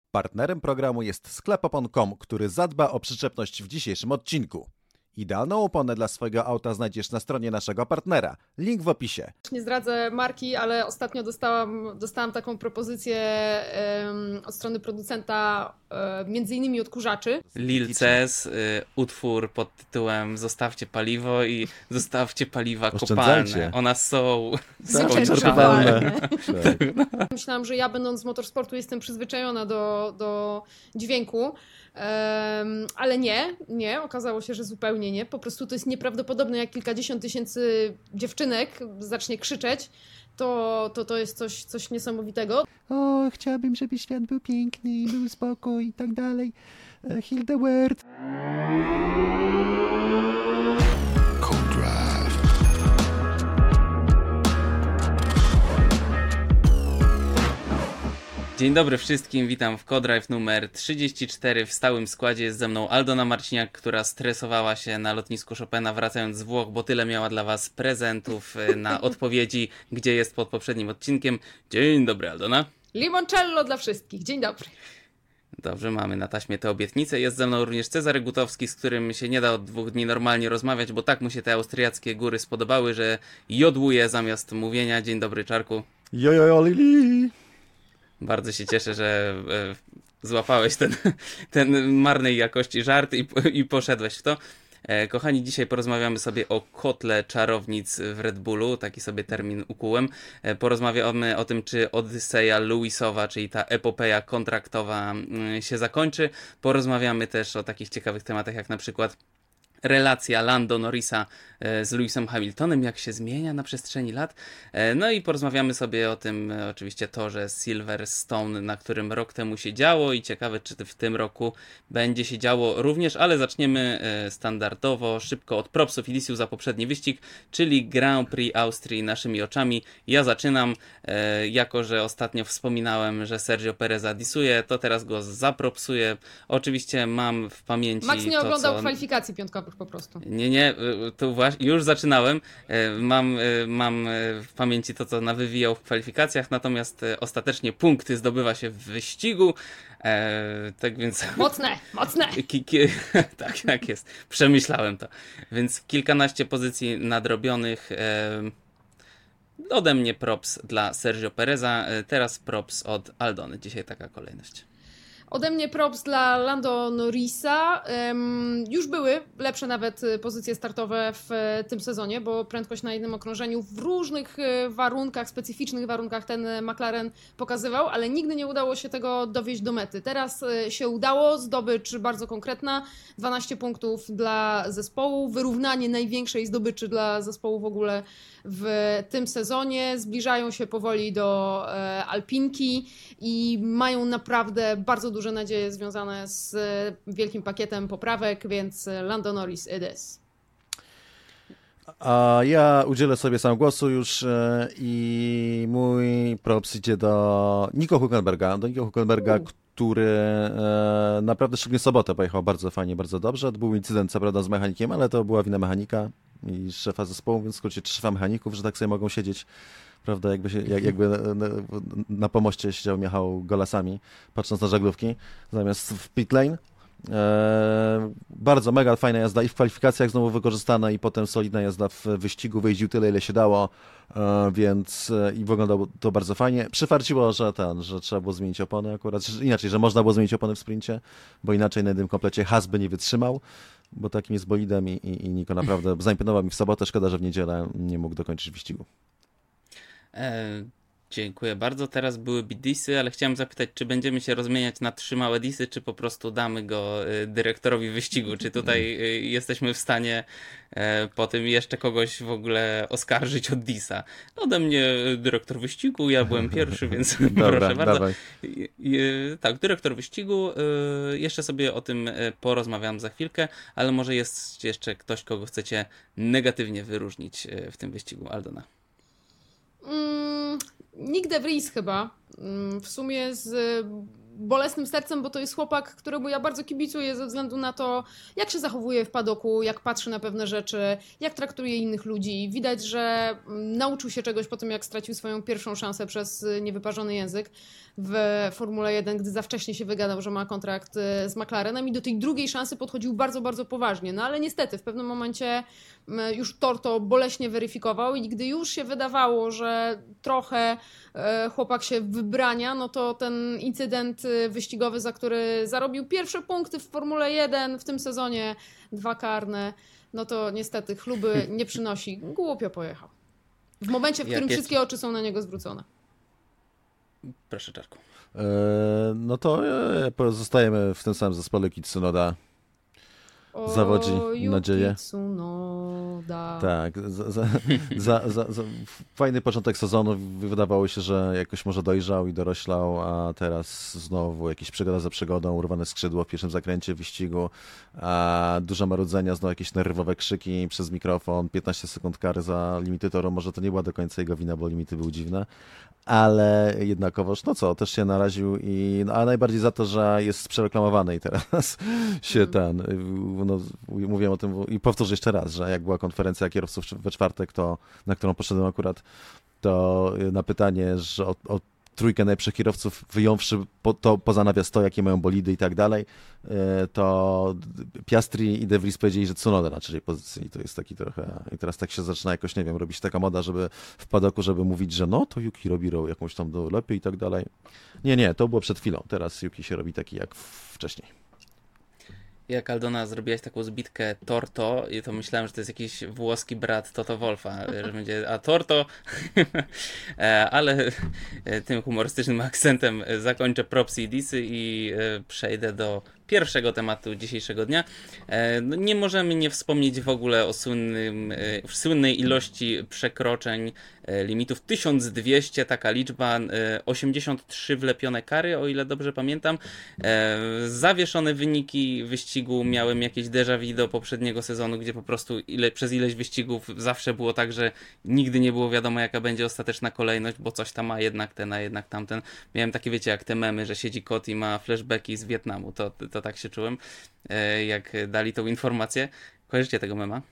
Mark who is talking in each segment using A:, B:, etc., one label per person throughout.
A: Partnerem programu jest sklep opon.com, który zadba o przyczepność w dzisiejszym odcinku. Idealną oponę dla swojego auta znajdziesz na stronie naszego partnera. Link w opisie.
B: Nie zdradzę marki, ale ostatnio dostałam taką propozycję od strony producenta między innymi odkurzaczy.
C: Lil Ces, utwór pod tytułem Zostawcie paliwo i zostawcie paliwa kopalne. One są
B: skończone. Myślałam, że ja będąc z motorsportu jestem przyzwyczajona do dźwięku, ale nie, okazało się, że zupełnie nie. Po prostu to jest nieprawdopodobne, jak kilkadziesiąt tysięcy dziewczynek zacznie krzyczeć, to jest coś niesamowitego.
D: O, chciałabym, żeby świat był piękny i był spokój i tak dalej. Heal the world.
C: Dzień dobry wszystkim, witam w Co-Drive numer 34. W stałym składzie jest ze mną Aldona Marciniak, która stresowała się na lotnisku Chopina wracając z Włoch, bo tyle miała dla was prezentów na odpowiedzi, gdzie jest pod poprzednim odcinkiem. Dzień dobry, Aldona.
B: Limoncello dla wszystkich, dzień dobry.
C: Dobrze, mamy na taśmie te obietnice. Jest ze mną również Cezary Gutowski, z którym się nie da od 2 dni normalnie rozmawiać, bo tak mu się te austriackie góry spodobały, że jodłuje zamiast mówienia. Dzień dobry, Czarku.
A: Jojojo Lili.
C: Bardzo się cieszę, że złapałeś ten marnej jakości żart i poszedłeś w to. Kochani, dzisiaj porozmawiamy sobie o kotle czarownic w Red Bullu, taki sobie termin ukułem. Porozmawiamy o tym, czy Odyseja Lewisowa, czyli ta epopeja kontraktowa się zakończy. Porozmawiamy też o takich ciekawych tematach, jak na przykład relacja Lando Norrisa z Lewisem Hamiltonem, jak się zmienia na przestrzeni lat. No i porozmawiamy sobie o tym oczywiście torze Silverstone, na którym rok temu się działo i ciekawe, czy w tym roku będzie się działo również, ale zaczniemy standardowo, szybko od propsów Ilisiu za poprzedni wyścig, czyli Grand Prix Austrii naszymi oczami. Ja zaczynam, jako że ostatnio wspominałem, że Sergio Pereza disuje, to teraz go zapropsuję. Oczywiście mam w pamięci
B: Max nie oglądał kwalifikacji piątkowych po prostu.
C: Nie, to właśnie już zaczynałem. Mam w pamięci to, co nawywijał w kwalifikacjach, natomiast ostatecznie punkty zdobywa się w wyścigu. Tak więc...
B: Mocne!
C: Tak jest. Przemyślałem to. Więc kilkanaście pozycji nadrobionych. Ode mnie props dla Sergio Pereza. Teraz props od Aldony. Dzisiaj taka kolejność.
B: Ode mnie props dla Lando Norrisa. Już były lepsze nawet pozycje startowe w tym sezonie, bo prędkość na jednym okrążeniu w różnych warunkach, specyficznych warunkach ten McLaren pokazywał, ale nigdy nie udało się tego dowieść do mety. Teraz się udało, zdobycz bardzo konkretna, 12 punktów dla zespołu, wyrównanie największej zdobyczy dla zespołu w ogóle w tym sezonie. Zbliżają się powoli do Alpinki i mają naprawdę bardzo duże nadzieje związane z wielkim pakietem poprawek, więc Lando Norris it is.
A: A ja udzielę sobie sam głosu już i mój props idzie do Nico Hülkenberga, który naprawdę szczególnie w sobotę pojechał bardzo fajnie, bardzo dobrze. To był incydent co prawda z mechanikiem, ale to była wina mechanika i szefa zespołu, więc w skrócie 3 szefa mechaników, że tak sobie mogą siedzieć, prawda, jakby na pomoście siedział Michał Golasami, patrząc na żaglówki, zamiast w pit lane. Bardzo mega fajna jazda i w kwalifikacjach znowu wykorzystana i potem solidna jazda w wyścigu, wyjeździł tyle ile się dało, więc i wyglądało to bardzo fajnie. Przyfarciło, że trzeba było zmienić opony akurat, inaczej, że można było zmienić opony w sprincie, bo inaczej na jednym komplecie Haas by nie wytrzymał, bo takim jest bolidem i Niko naprawdę zaimponował mi w sobotę, szkoda, że w niedzielę nie mógł dokończyć wyścigu.
C: Dziękuję bardzo. Teraz byłyby disy, ale chciałem zapytać, czy będziemy się rozmieniać na 3 małe disy, czy po prostu damy go dyrektorowi wyścigu? Czy tutaj jesteśmy w stanie po tym jeszcze kogoś w ogóle oskarżyć od disa? Ode mnie dyrektor wyścigu, ja byłem pierwszy, więc
A: Dobra,
C: proszę bardzo.
A: Dawaj.
C: Tak, dyrektor wyścigu. Jeszcze sobie o tym porozmawiam za chwilkę, ale może jest jeszcze ktoś, kogo chcecie negatywnie wyróżnić w tym wyścigu. Aldona.
B: Nick de Vries chyba. W sumie z bolesnym sercem, bo to jest chłopak, któremu ja bardzo kibicuję ze względu na to, jak się zachowuje w padoku, jak patrzy na pewne rzeczy, jak traktuje innych ludzi. Widać, że nauczył się czegoś po tym, jak stracił swoją pierwszą szansę przez niewyparzony język w Formule 1, gdy za wcześnie się wygadał, że ma kontrakt z McLarenem i do tej drugiej szansy podchodził bardzo, bardzo poważnie. No ale niestety w pewnym momencie już tor to boleśnie weryfikował i gdy już się wydawało, że trochę chłopak się wybrania, no to ten incydent wyścigowy, za który zarobił pierwsze punkty w Formule 1 w tym sezonie, 2 karne, no to niestety chluby nie przynosi. Głupio pojechał. W momencie, w którym wszystkie oczy są na niego zwrócone.
C: Proszę, Czarku.
A: No to pozostajemy w tym samym zespole Tsunoda. Zawodzi nadzieję.
B: Tsunoda.
A: Tak. Fajny początek sezonu. Wydawało się, że jakoś może dojrzał i doroślał, a teraz znowu jakieś przygoda za przygodą, urwane skrzydło w pierwszym zakręcie wyścigu, a dużo marudzenia, znowu jakieś nerwowe krzyki przez mikrofon, 15 sekund kary za limity toru. Może to nie była do końca jego wina, bo limity były dziwne. Ale jednakowoż, no co, też się naraził a najbardziej za to, że jest przereklamowany i teraz się mówiłem o tym i powtórzę jeszcze raz, że jak była konferencja kierowców we czwartek, na którą poszedłem akurat, to na pytanie, że o trójkę najlepszych kierowców, wyjąwszy poza nawias to, jakie mają bolidy i tak dalej, to Piastri i De Vries powiedzieli, że Tsunoda na trzeciej pozycji i to jest taki trochę, i teraz tak się zaczyna jakoś, nie wiem, robić taka moda, żeby w padoku, żeby mówić, że no, to Yuki robi jakąś tam lepiej i tak dalej. Nie, to było przed chwilą, teraz Yuki się robi taki jak wcześniej.
C: Jak Aldona zrobiłaś taką zbitkę Torto, i to myślałem, że to jest jakiś włoski brat Toto Wolfa, że będzie Torto, ale tym humorystycznym akcentem zakończę propsy i disy i przejdę do pierwszego tematu dzisiejszego dnia. No nie możemy nie wspomnieć w ogóle o słynnej ilości przekroczeń limitów. 1200 taka liczba, 83 wlepione kary, o ile dobrze pamiętam. Zawieszone wyniki wyścigu, miałem jakieś déjà vu do poprzedniego sezonu, gdzie po prostu przez ileś wyścigów zawsze było tak, że nigdy nie było wiadomo, jaka będzie ostateczna kolejność, bo coś tam ma jednak ten, a jednak tamten. Miałem takie, wiecie, jak te memy, że siedzi kot i ma flashbacki z Wietnamu. To tak się czułem, jak dali tą informację. Kojarzycie tego mema?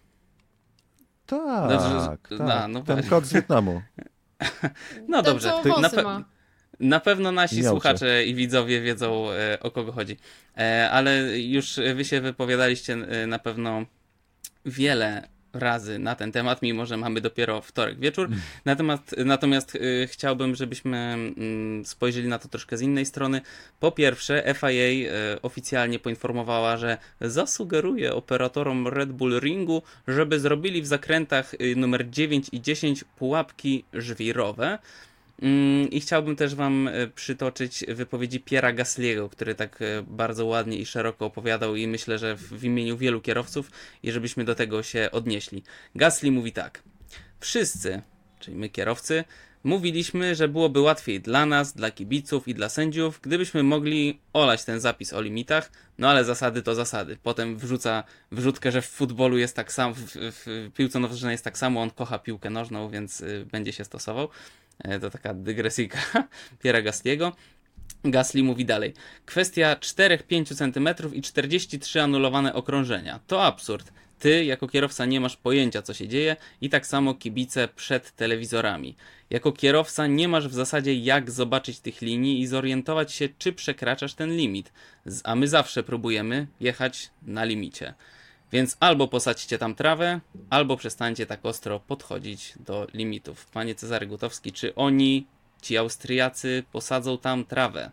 A: Tak. Ten kot z Wietnamu.
C: No
B: ten,
C: dobrze. Na pewno nasi
A: Miałcie.
C: słuchacze i widzowie wiedzą, o kogo chodzi. Ale już wy się wypowiadaliście na pewno wiele razy na ten temat, mimo że mamy dopiero wtorek wieczór. Natomiast chciałbym, żebyśmy spojrzeli na to troszkę z innej strony. Po pierwsze, FIA oficjalnie poinformowała, że zasugeruje operatorom Red Bull Ringu, żeby zrobili w zakrętach numer 9 i 10 pułapki żwirowe. I chciałbym też wam przytoczyć wypowiedzi Pierre'a Gasly'ego, który tak bardzo ładnie i szeroko opowiadał i myślę, że w imieniu wielu kierowców i żebyśmy do tego się odnieśli. Gasly mówi tak: wszyscy, czyli my kierowcy, mówiliśmy, że byłoby łatwiej dla nas, dla kibiców i dla sędziów, gdybyśmy mogli olać ten zapis o limitach, no ale zasady to zasady. Potem wrzuca wrzutkę, że w futbolu jest tak samo, w piłce nożnej jest tak samo, on kocha piłkę nożną, więc będzie się stosował. To taka dygresyjka Pierre'a Gasly'ego. Gasly mówi dalej: kwestia 4-5 cm i 43 anulowane okrążenia. To absurd. Ty, jako kierowca, nie masz pojęcia, co się dzieje i tak samo kibice przed telewizorami. Jako kierowca nie masz w zasadzie jak zobaczyć tych linii i zorientować się, czy przekraczasz ten limit. A my zawsze próbujemy jechać na limicie. Więc albo posadźcie tam trawę, albo przestańcie tak ostro podchodzić do limitów. Panie Cezary Gutowski, czy ci Austriacy, posadzą tam trawę?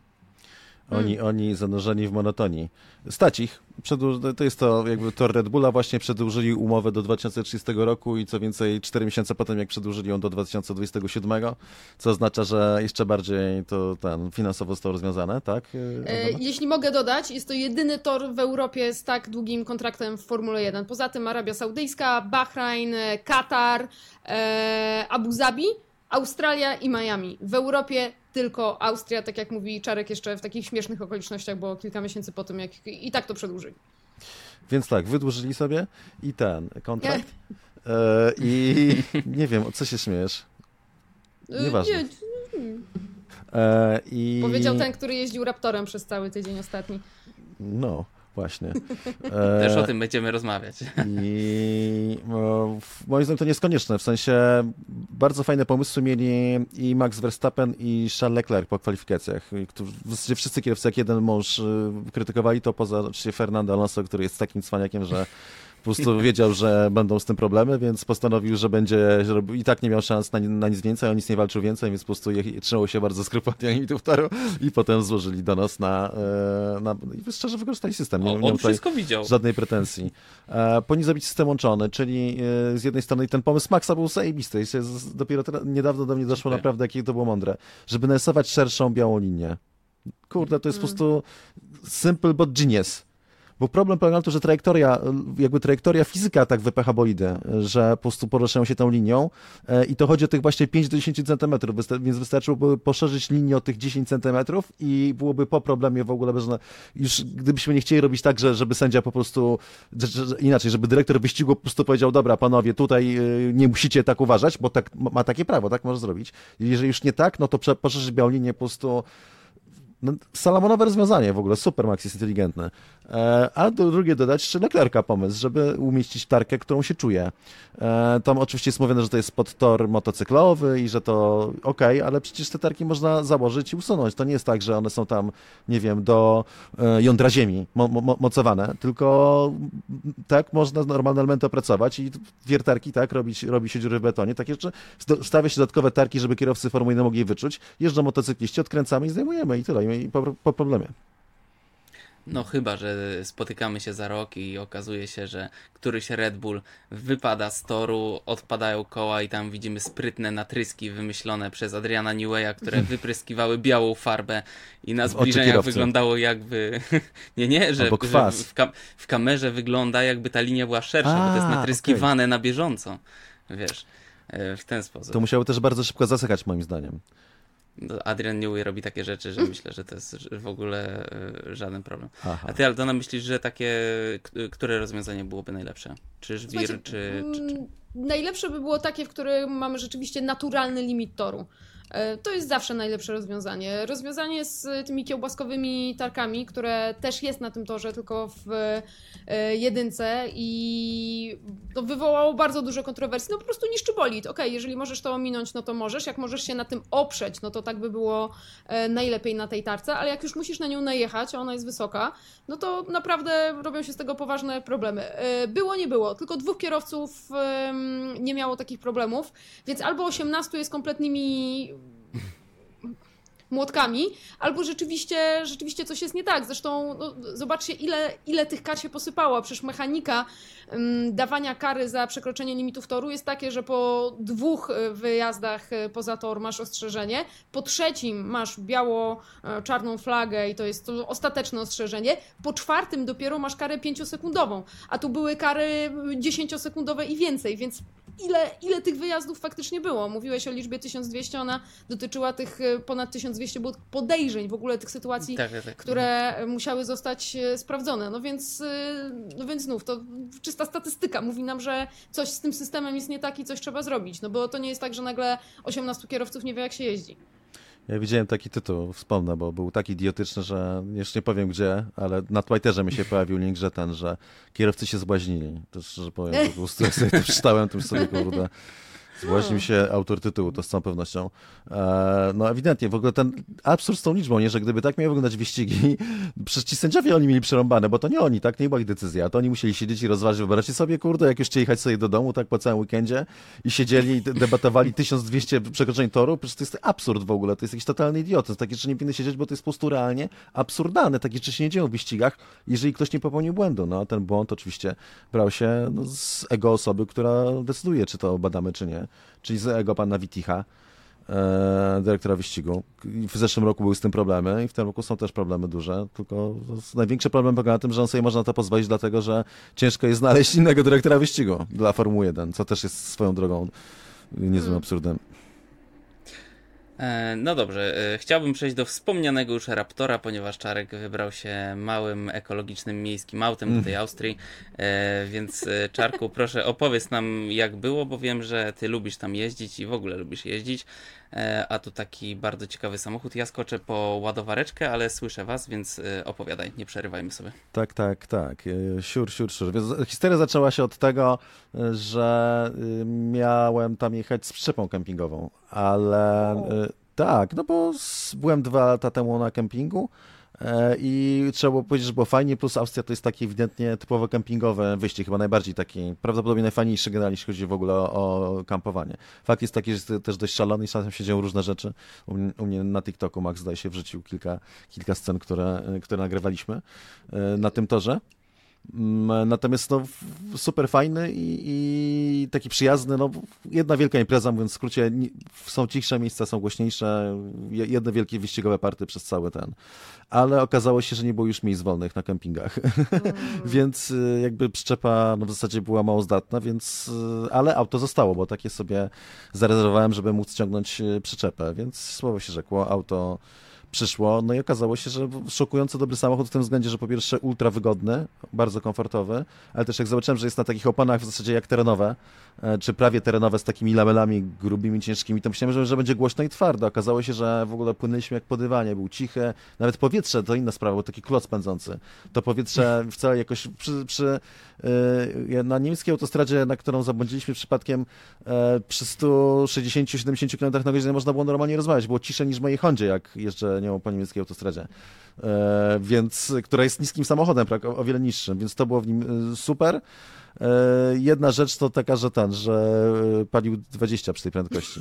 A: Oni zanurzeni w monotonii. Stać ich. To jest to jakby tor Red Bulla, właśnie przedłużyli umowę do 2030 roku i co więcej 4 miesiące potem, jak przedłużyli ją do 2027, co oznacza, że jeszcze bardziej to finansowo zostało rozwiązane, tak?
B: Jeśli mogę dodać, jest to jedyny tor w Europie z tak długim kontraktem w Formule 1. Poza tym Arabia Saudyjska, Bahrain, Katar, Abu Zabi, Australia i Miami. W Europie tylko Austria, tak jak mówi Czarek, jeszcze w takich śmiesznych okolicznościach, bo kilka miesięcy po tym, jak i tak to przedłużyli.
A: Więc tak, wydłużyli sobie i ten kontrakt. I nie wiem, co się śmiejesz? Nieważne.
B: Powiedział ten, który jeździł Raptorem przez cały tydzień ostatni.
A: No, właśnie.
C: Też o tym będziemy rozmawiać.
A: I moim zdaniem to nie jest konieczne, w sensie bardzo fajne pomysły mieli i Max Verstappen i Charles Leclerc po kwalifikacjach. W zasadzie wszyscy kierowcy jak jeden mąż krytykowali to, poza oczywiście Fernando Alonso, który jest takim cwaniakiem, że po prostu wiedział, że będą z tym problemy, więc postanowił, że będzie, że i tak nie miał szans na nic więcej, on nic nie walczył więcej, więc po prostu trzymał się bardzo skrupulatnie limitów toru i potem złożyli donos i szczerze wykorzystali system. Nie
C: On wszystko widział.
A: Żadnej pretensji. Powinni zrobić system łączony, czyli z jednej strony ten pomysł Maxa był zajebisty i dopiero niedawno do mnie doszło naprawdę, jakie to było mądre, żeby narysować szerszą białą linię. Kurde, to jest po prostu simple but genius. Bo problem polega na tym, że trajektoria fizyka tak wypycha bolidy, że po prostu poruszają się tą linią i to chodzi o tych właśnie 5 do 10 cm, więc wystarczyłoby poszerzyć linię o tych 10 cm i byłoby po problemie w ogóle, już gdybyśmy nie chcieli robić tak, żeby sędzia po prostu, inaczej, żeby dyrektor wyścigu po prostu powiedział, dobra panowie, tutaj nie musicie tak uważać, bo tak, ma takie prawo, tak może zrobić. Jeżeli już nie tak, no to poszerzyć białą linię po prostu. No, salamonowe rozwiązanie w ogóle, super, Max jest inteligentny. A drugie dodać jeszcze Leclerca pomysł, żeby umieścić tarkę, którą się czuje. Tam oczywiście jest mówione, że to jest podtor motocyklowy i że to okej, ale przecież te tarki można założyć i usunąć. To nie jest tak, że one są tam, nie wiem, do jądra ziemi mocowane, tylko tak można normalne elementy opracować i wiertarki, tak, robi się dziury w betonie, takie rzeczy. Stawia się dodatkowe tarki, żeby kierowcy Formuły 1 mogli je wyczuć. Jeżdżą motocykliści, odkręcamy i zdejmujemy i tyle. I po problemie.
C: No chyba, że spotykamy się za rok i okazuje się, że któryś Red Bull wypada z toru, odpadają koła i tam widzimy sprytne natryski wymyślone przez Adriana Neweya, które wypryskiwały białą farbę i na zbliżeniach wyglądało jakby... że w kamerze wygląda jakby ta linia była szersza, bo to jest natryskiwane na bieżąco. Wiesz, w ten sposób.
A: To musiało też bardzo szybko zasychać moim zdaniem.
C: Adrian Newey robi takie rzeczy, że myślę, że to jest w ogóle żaden problem. Aha. A ty, Aldona, myślisz, że które rozwiązanie byłoby najlepsze? Czy żwir, czy...
B: Najlepsze by było takie, w którym mamy rzeczywiście naturalny limit toru. To jest zawsze najlepsze rozwiązanie. Rozwiązanie z tymi kiełbaskowymi tarkami, które też jest na tym torze, tylko w jedynce i to wywołało bardzo dużo kontrowersji. No po prostu niszczy bolid. Okej, jeżeli możesz to ominąć, no to możesz. Jak możesz się na tym oprzeć, no to tak by było najlepiej na tej tarce, ale jak już musisz na nią najechać, a ona jest wysoka, no to naprawdę robią się z tego poważne problemy. Było, nie było. Tylko 2 kierowców nie miało takich problemów, więc albo 18 jest kompletnymi młotkami, albo rzeczywiście coś jest nie tak. Zresztą no, zobaczcie, ile tych kar się posypało. Przecież mechanika dawania kary za przekroczenie limitów toru jest takie, że po 2 wyjazdach poza tor masz ostrzeżenie, po 3 masz biało-czarną flagę i to jest to ostateczne ostrzeżenie, po 4 dopiero masz karę 5-sekundową, a tu były kary 10-sekundowe i więcej, więc ile tych wyjazdów faktycznie było? Mówiłeś o liczbie 1200, ona dotyczyła tych ponad 1200 podejrzeń, w ogóle tych sytuacji, tak. które musiały zostać sprawdzone. No więc znów, to czysta statystyka mówi nam, że coś z tym systemem jest nie tak i coś trzeba zrobić, no bo to nie jest tak, że nagle 18 kierowców nie wie, jak się jeździ.
A: Ja widziałem taki tytuł, wspomnę, bo był tak idiotyczny, że jeszcze nie powiem gdzie, ale na Twitterze mi się pojawił link, że kierowcy się zbłaźnili. To szczerze powiem, po prostu jak sobie to przeczytałem, to sobie kurde... Zbłaźnił się autor tytułu, to z całą pewnością. No ewidentnie, w ogóle ten absurd z tą liczbą, nie, że gdyby tak miały wyglądać wyścigi, przecież ci sędziowie oni mieli przerąbane, bo to nie oni, tak, nie była ich decyzja, to oni musieli siedzieć i rozważyć, wyobraźcie sobie, kurde, jak już chcieli jechać sobie do domu, tak po całym weekendzie i siedzieli i debatowali 1200 przekroczeń toru, przecież to jest absurd w ogóle, to jest jakiś totalny idiotyzm, takie rzeczy nie powinny siedzieć, bo to jest po prostu realnie absurdalne, takie rzeczy się nie dzieją w wyścigach, jeżeli ktoś nie popełnił błędu, no a ten błąd oczywiście brał się z ego osoby, która decyduje, czy to badamy, czy nie. Czyli z ego pana Witticha, dyrektora wyścigu. W zeszłym roku były z tym problemy i w tym roku są też problemy duże, tylko największy problem polega na tym, że on sobie można na to pozwolić, dlatego że ciężko jest znaleźć innego dyrektora wyścigu dla Formuły 1, co też jest swoją drogą niezłym absurdem.
C: No dobrze, chciałbym przejść do wspomnianego już Raptora, ponieważ Czarek wybrał się małym, ekologicznym, miejskim autem do tej Austrii, więc Czarku, proszę opowiedz nam jak było, bo wiem, że ty lubisz tam jeździć i w ogóle lubisz jeździć, a tu taki bardzo ciekawy samochód. Ja skoczę po ładowareczkę, ale słyszę was, więc opowiadaj, nie przerywajmy sobie.
A: Tak. Siur. Więc historia zaczęła się od tego, że miałem tam jechać z przyczepą kempingową, ale tak, no bo byłem 2 lata temu na kempingu i trzeba było powiedzieć, że było fajnie, plus Austria to jest taki ewidentnie typowo kempingowy wyścig, chyba najbardziej taki, prawdopodobnie najfajniejszy generalnie, jeśli chodzi w ogóle o kampowanie. Fakt jest taki, że jest też dość szalony i czasem się dzieją różne rzeczy. U mnie na TikToku Max, zdaje się, wrzucił kilka scen, które nagrywaliśmy na tym torze. Natomiast no, super fajny i taki przyjazny, no, jedna wielka impreza, mówiąc w skrócie, są cichsze miejsca, są głośniejsze, jedne wielkie wyścigowe party przez cały ten. Ale okazało się, że nie było już miejsc wolnych na kempingach, więc jakby przyczepa no, w zasadzie była mało zdatna, więc, ale auto zostało, bo takie sobie zarezerwowałem, żeby móc ściągnąć przyczepę, więc słowo się rzekło, auto przyszło, no i okazało się, że szokująco dobry samochód w tym względzie, że po pierwsze ultra wygodny, bardzo komfortowy, ale też jak zobaczyłem, że jest na takich oponach w zasadzie jak terenowe, czy prawie terenowe z takimi lamellami grubymi, ciężkimi, to myślałem, że będzie głośno i twardo. Okazało się, że w ogóle płynęliśmy jak po dywanie, był cichy, nawet powietrze to inna sprawa, był taki kloc pędzący. To powietrze wcale jakoś na niemieckiej autostradzie, na którą zabłądziliśmy przypadkiem przy 160-70 km na godzinę można było normalnie rozmawiać. Było ciszej niż w mojej Hondzie, jak jeżdżę nią po niemieckiej autostradzie. Więc, która jest niskim samochodem, o wiele niższym, więc to było w nim super. Jedna rzecz to taka, że palił 20 przy tej prędkości.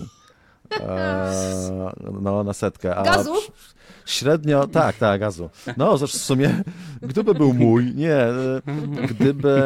A: No, na setkę.
B: Gazu?
A: Średnio, tak, gazu. No, zresztą w sumie, gdyby był mój, nie, gdyby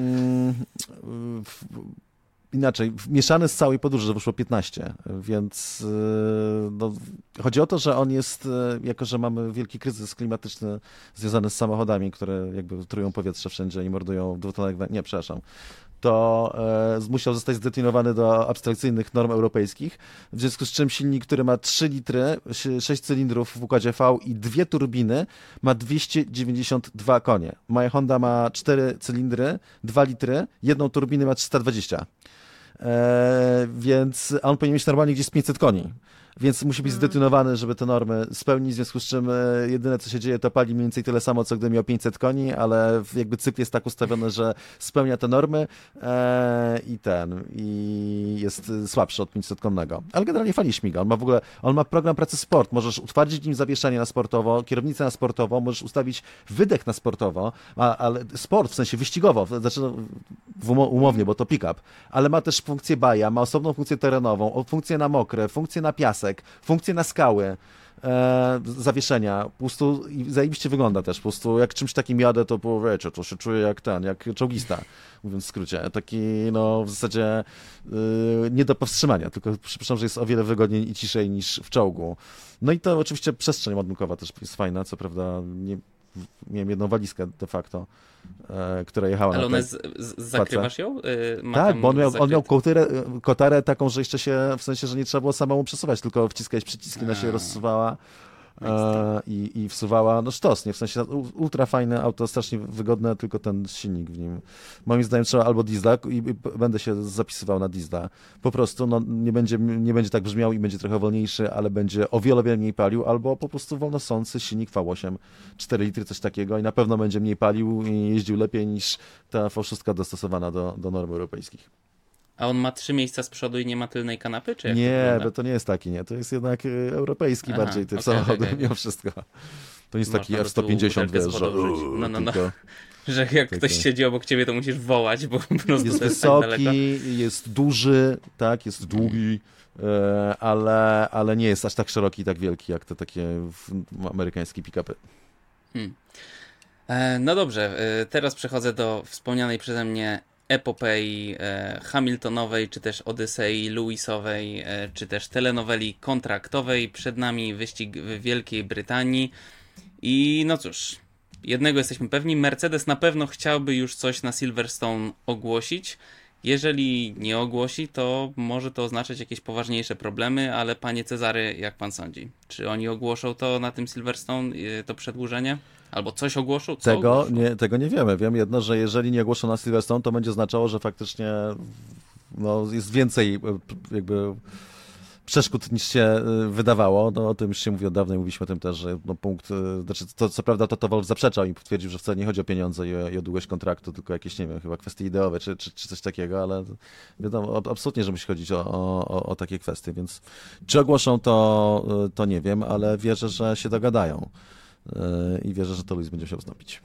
A: inaczej, mieszany z całej podróży, że wyszło 15, więc no, chodzi o to, że on jest, jako że mamy wielki kryzys klimatyczny związany z samochodami, które jakby trują powietrze wszędzie i mordują dwutlenek węgla, nie, przepraszam, to musiał zostać zdetynowany do abstrakcyjnych norm europejskich, w związku z czym silnik, który ma 3 litry, 6 cylindrów w układzie V i 2 turbiny, ma 292 konie. Moja Honda ma 4 cylindry, 2 litry, jedną turbinę ma 320. Więc on powinien mieć normalnie gdzieś 500 koni. Więc musi być zdetynowany, żeby te normy spełnić, w związku z czym jedyne co się dzieje to pali mniej więcej tyle samo, co gdy miał 500 koni, ale jakby cykl jest tak ustawiony, że spełnia te normy i jest słabszy od 500-konnego. Ale generalnie fajnie śmiga. On ma program pracy sport, możesz utwardzić nim zawieszenie na sportowo, kierownicę na sportowo, możesz ustawić wydech na sportowo, ale sport w sensie wyścigowo, znaczy umownie, bo to pick-up, ale ma też funkcję baja, ma osobną funkcję terenową, funkcję na mokre, funkcję na piasek, funkcje na skały, zawieszenia, po prostu zajebiście wygląda też, po prostu jak czymś takim jadę, to wiecie, to się czuję jak czołgista, mówiąc w skrócie, taki no w zasadzie nie do powstrzymania, tylko przypuszczam, że jest o wiele wygodniej i ciszej niż w czołgu. No i to oczywiście przestrzeń ładunkowa też jest fajna, co prawda miałem jedną walizkę de facto, która jechała
C: ale
A: na
C: one zakrywasz ją?
A: Tak, bo on miał kotarę taką, że jeszcze się, w sensie, że nie trzeba było samemu przesuwać, tylko wciskać przyciski, ona się rozsuwała i wsuwała, no sztos, nie? W sensie ultra fajne auto, strasznie wygodne, tylko ten silnik w nim. Moim zdaniem trzeba albo diesla i będę się zapisywał na diesla. Po prostu no, nie będzie tak brzmiał i będzie trochę wolniejszy, ale będzie o wiele mniej palił, albo po prostu wolnosący silnik V8, 4 litry, coś takiego i na pewno będzie mniej palił i jeździł lepiej niż ta V6 dostosowana do norm europejskich.
C: A on ma 3 miejsca z przodu i nie ma tylnej kanapy, czy jak
A: Nie, bo to nie jest taki, nie. To jest jednak europejski bardziej typ samochodu, mimo wszystko. To nie jest taki F-150, wiesz, że...
C: No. Że jak ktoś siedzi obok ciebie, to musisz wołać, bo po prostu
A: jest
C: to jest
A: wysoki,
C: tak daleko.
A: jest duży, tak, jest długi, ale nie jest aż tak szeroki i tak wielki, jak te takie amerykańskie pick-upy.
C: No dobrze, teraz przechodzę do wspomnianej przeze mnie epopei Hamiltonowej, czy też Odysei Lewisowej, czy też telenoweli kontraktowej. Przed nami wyścig w Wielkiej Brytanii i no cóż, jednego jesteśmy pewni, Mercedes na pewno chciałby już coś na Silverstone ogłosić Jeżeli nie ogłosi, to może to oznaczać jakieś poważniejsze problemy, ale panie Cezary, jak pan sądzi? Czy oni ogłoszą to na tym Silverstone, to przedłużenie? Albo coś ogłoszą? Co ogłoszą?
A: Tego nie wiemy. Wiem jedno, że jeżeli nie ogłoszą na Silverstone, to będzie oznaczało, że faktycznie jest więcej jakby przeszkód niż się wydawało. No, o tym już się mówi od dawna i mówiliśmy o tym też, że znaczy co prawda Toto Wolff zaprzeczał i potwierdził, że wcale nie chodzi o pieniądze i o długość kontraktu, tylko jakieś, nie wiem, chyba kwestie ideowe czy coś takiego, ale wiadomo, absolutnie, że musi chodzić o takie kwestie, więc czy ogłoszą to nie wiem, ale wierzę, że się dogadają i wierzę, że to Lewis będzie musiał wstąpić.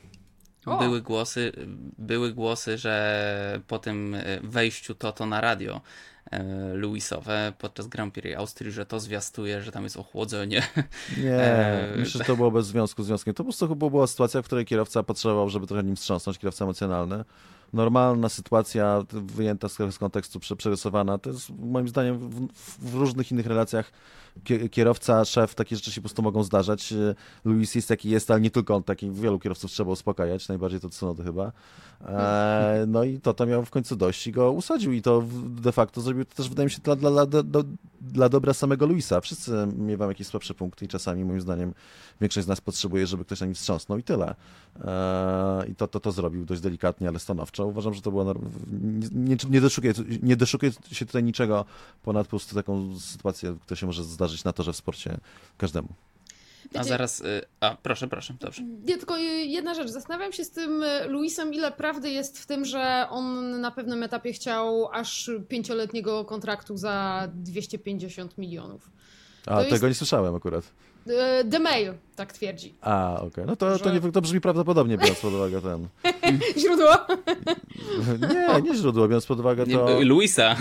C: Były głosy, że po tym wejściu Toto na radio Lewisowe podczas Grand Prix Austrii, że to zwiastuje, że tam jest ochłodzenie.
A: Nie, myślę, że to było bez związku z związkiem. To po prostu była sytuacja, w której kierowca potrzebował, żeby trochę nim wstrząsnąć, kierowca emocjonalny. Normalna sytuacja, wyjęta z kontekstu, przerysowana. To jest moim zdaniem w różnych innych relacjach kierowca, szef, takie rzeczy się po prostu mogą zdarzać. Lewis jest jaki jest, ale nie tylko on taki. Wielu kierowców trzeba uspokajać, najbardziej to Tsunoda chyba. No i to miał w końcu dość i go usadził i to de facto zrobił to też, wydaje mi się, dla dobra samego Lewisa. Wszyscy miewamy jakieś słabsze punkty i czasami, moim zdaniem, większość z nas potrzebuje, żeby ktoś na nim wstrząsnął i tyle. I to zrobił dość delikatnie, ale stanowczo. Uważam, że to było... Nie doszukuję się tutaj niczego ponad po prostu taką sytuację, która się może zdarzyć na torze w sporcie każdemu.
B: Wiecie,
C: A zaraz... proszę, dobrze.
B: Nie, tylko jedna rzecz. Zastanawiam się z tym Lewisem, ile prawdy jest w tym, że on na pewnym etapie chciał aż 5-letniego kontraktu za 250 milionów.
A: Tego nie słyszałem akurat.
B: The Mail tak twierdzi.
A: Okej. No to brzmi prawdopodobnie, biorąc pod uwagę ten...
B: Źródło?
A: Nie źródło, biorąc pod uwagę to...
C: Luisa.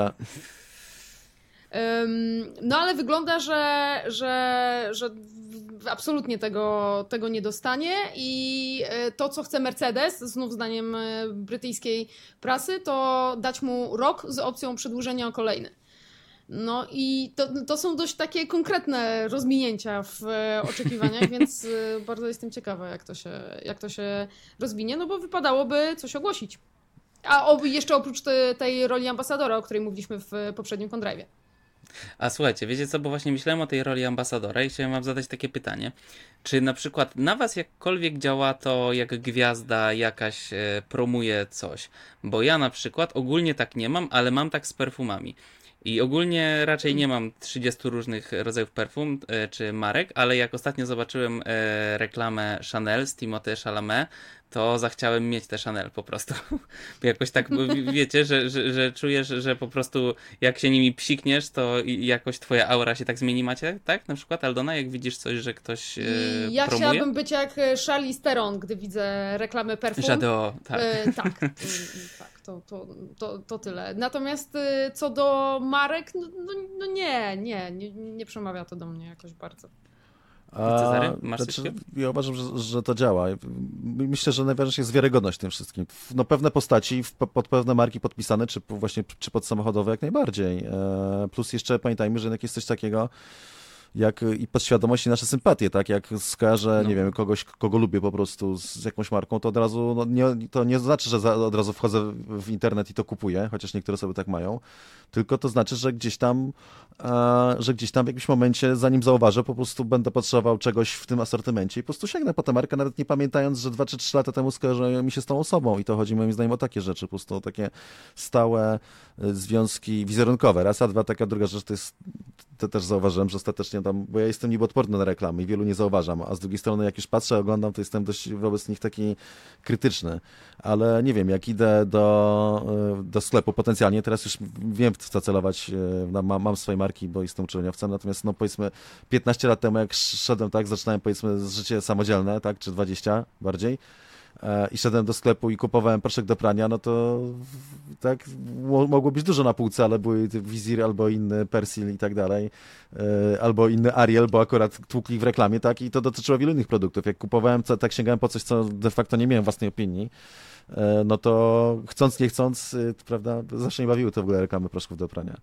B: No ale wygląda, że absolutnie tego nie dostanie i to, co chce Mercedes, znów zdaniem brytyjskiej prasy, to dać mu rok z opcją przedłużenia o kolejny. No i to są dość takie konkretne rozwinięcia w oczekiwaniach, więc bardzo jestem ciekawa, jak to się rozwinie, no bo wypadałoby coś ogłosić. A jeszcze oprócz tej roli ambasadora, o której mówiliśmy w poprzednim Condrive'ie.
C: A słuchajcie, wiecie co, bo właśnie myślałem o tej roli ambasadora i chciałem wam zadać takie pytanie. Czy na przykład na was jakkolwiek działa to, jak gwiazda jakaś promuje coś? Bo ja na przykład ogólnie tak nie mam, ale mam tak z perfumami. I ogólnie raczej nie mam 30 różnych rodzajów perfum czy marek, ale jak ostatnio zobaczyłem reklamę Chanel z Timothée Chalamet, to zachciałem mieć te Chanel po prostu. Jakoś tak, wiecie, że czujesz, że po prostu jak się nimi psikniesz, to jakoś twoja aura się tak zmieni, macie? Tak? Na przykład Aldona, jak widzisz coś, że ktoś
B: ja
C: promuje?
B: chciałabym być jak Charlize Theron, gdy widzę reklamę perfum.
C: Żado, tak.
B: Tak, to tyle. Natomiast co do marek, no nie przemawia to do mnie jakoś bardzo.
C: Cezary, masz
A: ja uważam, że to działa. Myślę, że najważniejsza jest wiarygodność w tym wszystkim. No, pewne postaci pod pewne marki podpisane, czy pod samochodowe jak najbardziej. Plus jeszcze pamiętajmy, że jednak jest coś takiego jak i podświadomość i nasze sympatie, tak? Jak skojarzę, nie wiem, kogoś, kogo lubię po prostu z jakąś marką, to od razu, to nie znaczy, że od razu wchodzę w internet i to kupuję, chociaż niektóre osoby tak mają, tylko to znaczy, że gdzieś tam w jakimś momencie, zanim zauważę, po prostu będę potrzebował czegoś w tym asortymencie i po prostu sięgnę po tę markę, nawet nie pamiętając, że 2 czy 3 lata temu skojarzyło mi się z tą osobą i to chodzi moim zdaniem o takie rzeczy, po prostu o takie stałe związki wizerunkowe. Raz, a dwa, taka druga rzecz to też zauważyłem, że ostatecznie tam, bo ja jestem niby odporny na reklamy i wielu nie zauważam, a z drugiej strony jak już patrzę, oglądam, to jestem dość wobec nich taki krytyczny, ale nie wiem, jak idę do sklepu potencjalnie, teraz już wiem, w co celować, mam swoje marki, bo jestem uczelniowcem, natomiast no powiedzmy 15 lat temu, jak szedłem, tak, zaczynałem powiedzmy życie samodzielne, tak, czy 20 bardziej, i szedłem do sklepu i kupowałem proszek do prania, no to tak mogło być dużo na półce, ale były Wizir albo inny Persil i tak dalej, albo inny Ariel, bo akurat tłukli w reklamie, tak, i to dotyczyło wielu innych produktów. Jak kupowałem, tak sięgałem po coś, co de facto nie miałem własnej opinii, no to chcąc, nie chcąc, prawda, zawsze nie bawiły to w ogóle reklamy proszków do prania.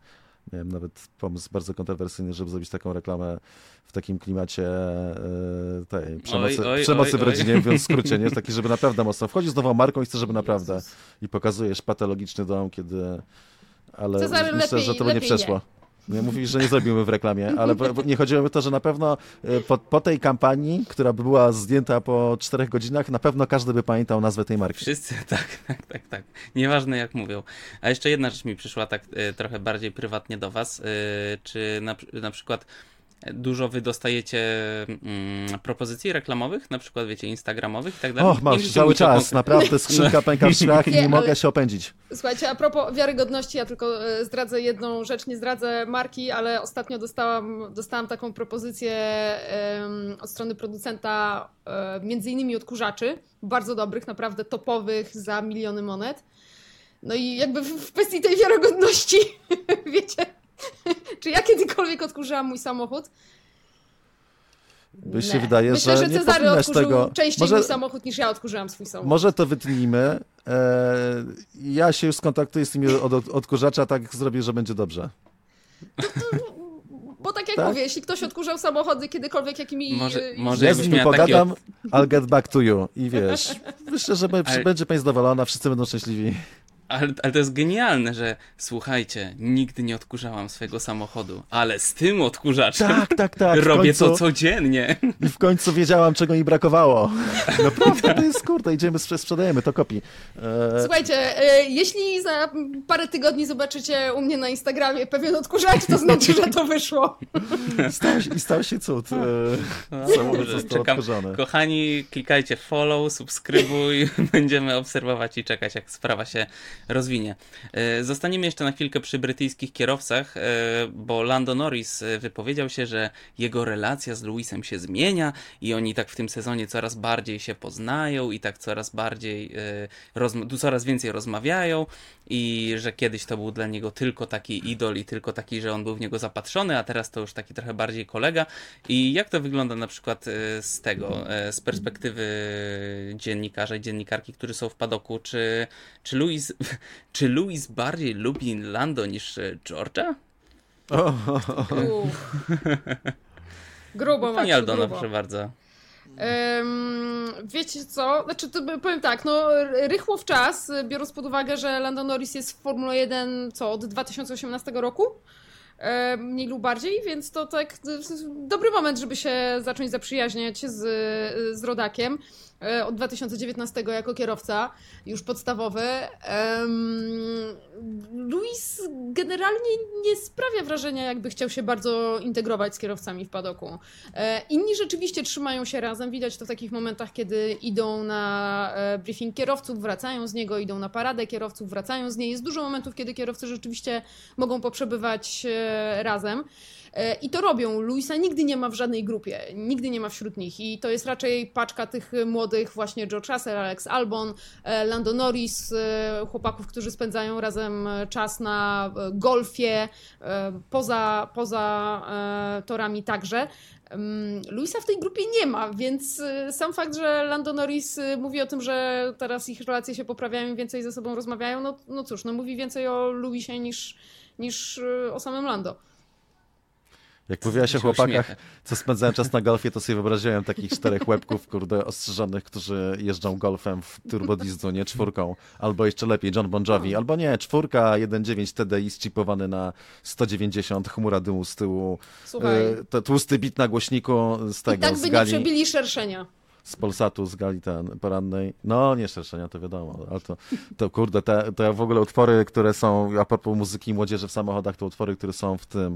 A: Miałem nawet pomysł bardzo kontrowersyjny, żeby zrobić taką reklamę w takim klimacie tej przemocy w rodzinie, mówiąc w skrócie, nie? Taki, żeby naprawdę mocno wchodzić z nową marką i chcę, żeby naprawdę i pokazujesz patologiczny dom, kiedy... Ale
B: Cezary,
A: myślę, że to by nie przeszło. Nie mówisz, że nie zrobimy w reklamie, ale nie chodziło o to, że na pewno po tej kampanii, która by była zdjęta po 4 godzinach, na pewno każdy by pamiętał nazwę tej marki.
C: Wszyscy, tak. Nieważne jak mówią. A jeszcze jedna rzecz mi przyszła tak trochę bardziej prywatnie do was. Czy na przykład dużo wy dostajecie propozycji reklamowych, na przykład wiecie, instagramowych i tak dalej?
A: Och, masz cały czas, naprawdę skrzynka pęka w szwach i nie mogę się opędzić.
B: Słuchajcie, a propos wiarygodności, ja tylko zdradzę jedną rzecz, nie zdradzę marki, ale ostatnio dostałam taką propozycję od strony producenta, między innymi odkurzaczy, bardzo dobrych, naprawdę topowych, za miliony monet. No i jakby w kwestii tej wiarygodności, wiecie, czy ja kiedykolwiek odkurzyłam mój samochód?
A: Bo się wydaje,
B: Myślę, że
A: nie
B: Cezary
A: powinnaś
B: odkurzył
A: tego...
B: częściej mój samochód niż ja odkurzyłam swój samochód.
A: Może to wytnijmy. Ja się już skontaktuję z tymi odkurzacza, tak zrobię, że będzie dobrze.
B: Bo tak jak mówię, jeśli ktoś odkurzał samochody kiedykolwiek jakimi...
C: Może
A: ja z nimi pogadam, I'll get back to you. I wiesz, myślę, że będzie pani zadowolona, wszyscy będą szczęśliwi.
C: Ale to jest genialne, że słuchajcie, nigdy nie odkurzałam swojego samochodu, ale z tym odkurzaczem
A: tak.
C: robię to codziennie.
A: I w końcu wiedziałam, czego mi brakowało. Naprawdę, to jest kurde, idziemy, sprzedajemy, to kopi.
B: Słuchajcie, jeśli za parę tygodni zobaczycie u mnie na Instagramie pewien odkurzacz, to znaczy, że to wyszło.
A: Stał się cud. Samochód został odkurzony.
C: Kochani, klikajcie follow, subskrybuj, będziemy obserwować i czekać, jak sprawa się rozwinie. Zostaniemy jeszcze na chwilkę przy brytyjskich kierowcach, bo Lando Norris wypowiedział się, że jego relacja z Lewisem się zmienia i oni tak w tym sezonie coraz bardziej się poznają i tak coraz bardziej, coraz więcej rozmawiają i że kiedyś to był dla niego tylko taki idol i tylko taki, że on był w niego zapatrzony, a teraz to już taki trochę bardziej kolega. I jak to wygląda na przykład z perspektywy dziennikarza i dziennikarki, którzy są w padoku, czy Lewis bardziej lubi Lando niż George'a?
B: Grubo,
C: Pani Aldona, proszę bardzo.
B: Wiecie co? Znaczy, to powiem tak, no rychło w czas, biorąc pod uwagę, że Lando Norris jest w Formule 1 od 2018 roku, mniej lub bardziej, więc to tak dobry moment, żeby się zacząć zaprzyjaźniać z rodakiem. Od 2019 jako kierowca, już podstawowy. Lewis generalnie nie sprawia wrażenia, jakby chciał się bardzo integrować z kierowcami w padoku. Inni rzeczywiście trzymają się razem, widać to w takich momentach, kiedy idą na briefing kierowców, wracają z niego, idą na paradę kierowców, wracają z niej. Jest dużo momentów, kiedy kierowcy rzeczywiście mogą poprzebywać razem. I to robią. Lewisa nigdy nie ma w żadnej grupie, nigdy nie ma wśród nich i to jest raczej paczka tych młodych, właśnie George Russell, Alex Albon, Lando Norris, chłopaków, którzy spędzają razem czas na golfie, poza torami także. Lewisa w tej grupie nie ma, więc sam fakt, że Lando Norris mówi o tym, że teraz ich relacje się poprawiają i więcej ze sobą rozmawiają, no cóż, mówi więcej o Lewisie niż o samym Lando.
A: Jak mówiłaś o chłopakach, co spędzałem czas na golfie, to sobie wyobraziłem takich 4 łebków, kurde, ostrzyżonych, którzy jeżdżą golfem w turbodizlu, nie 4, albo jeszcze lepiej John Bon Jovi, albo nie, 4, 1.9 TDI zchipowany na 190, chmura dymu z tyłu, tłusty bit na głośniku z tego,
B: i tak by nie przebili szerszenia.
A: Z Polsatu, z gali porannej. No, nie szerszenia, to wiadomo, ale to kurde, te w ogóle utwory, które są, a propos muzyki i młodzieży w samochodach, to utwory, które są w tym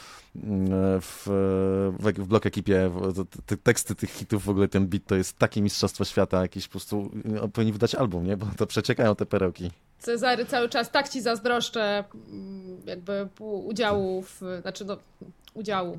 A: w Block Ekipie, te teksty tych hitów, w ogóle ten beat to jest takie mistrzostwo świata, jakieś po prostu powinni wydać album, nie? Bo to przeciekają te perełki. Cezary,
B: cały czas tak ci zazdroszczę jakby udziału udziału.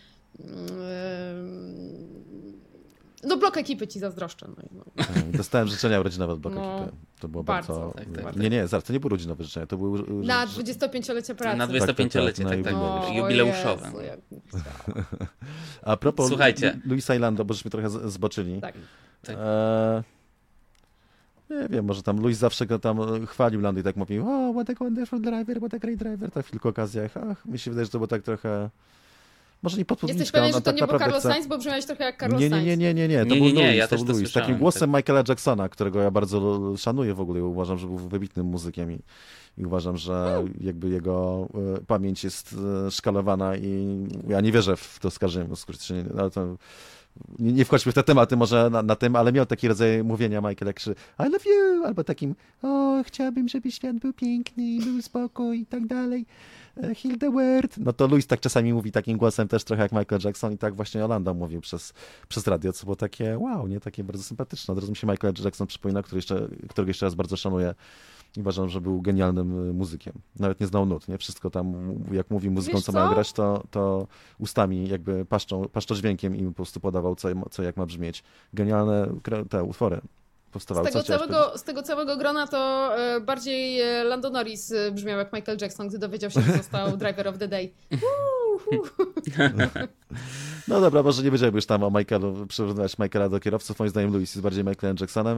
B: No Block Ekipy ci zazdroszczę.
A: Dostałem życzenia urodzinowe od Block Ekipy. To było bardzo... Nie, zaraz, to nie były urodzinowe życzenia, to były...
B: Na 25-lecie pracy.
C: Na 25-lecie, tak. Jubileuszowe.
A: A propos
C: Słuchajcie.
A: Lewisa i Lando, bo żeśmy trochę zboczyli.
B: Tak.
A: Nie wiem, może tam Lewis zawsze go tam chwalił Lando i tak mówił, o, what a wonderful driver, what a great driver, tak w kilku okazjach. Ach, mi się wydaje, że to było tak trochę... Może nie pod
B: Jesteś
A: publiczkę,
B: pewien, że to
A: tak
B: nie był
A: naprawdę
B: Carlos
A: chce...
B: Sainz, bo brzmiałeś trochę jak Carlos
A: Nie,
B: Sainz.
A: to był Lewis,
C: ja
A: to
C: też
A: był
C: to
A: Lewis.
C: słyszałem,
A: Takim głosem
C: tak.
A: Michaela Jacksona, którego ja bardzo szanuję w ogóle i uważam, że był wybitnym muzykiem i uważam, że jakby jego pamięć jest szkalowana i ja nie wierzę w to oskarżenie, ale to nie wchodźmy w te tematy może na tym, ale miał taki rodzaj mówienia Michael, jak krzyczy I love you, albo takim
D: O, chciałbym, żeby świat był piękny, był spokój i tak dalej. Hildegard.
A: no to Lewis tak czasami mówi takim głosem też trochę jak Michael Jackson i tak właśnie Orlando mówił przez radio, co było takie wow, nie? Takie bardzo sympatyczne. Od razu mi się Michael Jackson przypomina, którego jeszcze raz bardzo szanuję i uważam, że był genialnym muzykiem. Nawet nie znał nut, nie? Wszystko tam, jak mówi muzyką,
B: Wiesz
A: co
B: co?
A: mają grać, to ustami jakby paszczodźwiękiem im po prostu podawał, co jak ma brzmieć. Genialne te utwory powstawały. Co chciałeś powiedzieć?
B: Z tego całego grona to bardziej Lando Norris brzmiał jak Michael Jackson, gdy dowiedział się, że został Driver of the Day.
A: No dobra, może nie będziemy już tam o Michaelu, przyrównywać Michaela do kierowców. Moim zdaniem Lewis jest bardziej Michaelem Jacksonem.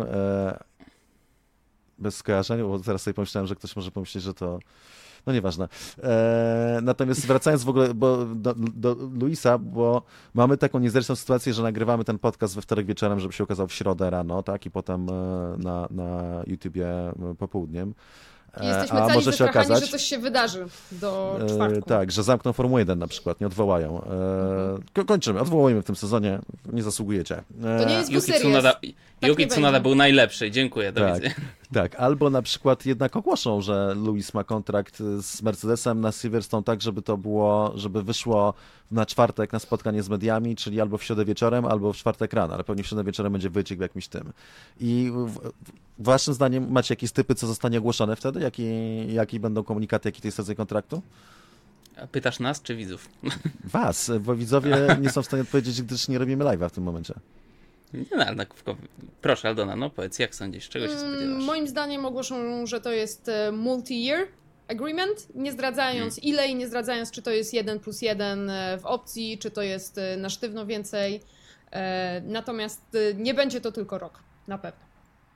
A: Bez skojarzeń, bo teraz sobie pomyślałem, że ktoś może pomyśleć, że to... No nieważne. Natomiast wracając w ogóle do Lewisa, bo mamy taką niezręczną sytuację, że nagrywamy ten podcast we wtorek wieczorem, żeby się ukazał w środę rano, tak? I potem na YouTubie popołudniem.
B: I jesteśmy
A: A
B: cali
A: może się
B: zastrachani,
A: okazać,
B: że coś się wydarzy do czwartku.
A: tak, że zamkną Formułę 1 na przykład, nie odwołają. Kończymy, odwołujemy w tym sezonie, nie zasługujecie.
B: To nie jest
C: Yuki
B: series.
C: Yuki
B: nie
C: Tsunoda
B: będzie.
C: był najlepszy, dziękuję, do
A: Tak,
C: widzenia.
A: tak, albo na przykład jednak ogłoszą, że Lewis ma kontrakt z Mercedesem na Silverstone tak, żeby wyszło na czwartek na spotkanie z mediami, czyli albo w środę wieczorem, albo w czwartek rano, ale pewnie w środę wieczorem będzie wyciek w jakimś tym. I waszym zdaniem macie jakieś typy, co zostanie ogłoszone wtedy? Jakie będą komunikaty, jaki to jest rodzaj kontraktu?
C: A pytasz nas czy widzów?
A: Was, bo widzowie nie są w stanie odpowiedzieć, gdyż nie robimy live'a w tym momencie.
C: Nie, no, ale proszę Aldona, no powiedz, jak sądzisz, czego się spodziewasz?
B: Moim zdaniem ogłoszą, że to jest multi-year agreement, nie zdradzając ile i nie zdradzając, czy to jest 1+1 w opcji, czy to jest na sztywno więcej. Natomiast nie będzie to tylko rok, na pewno.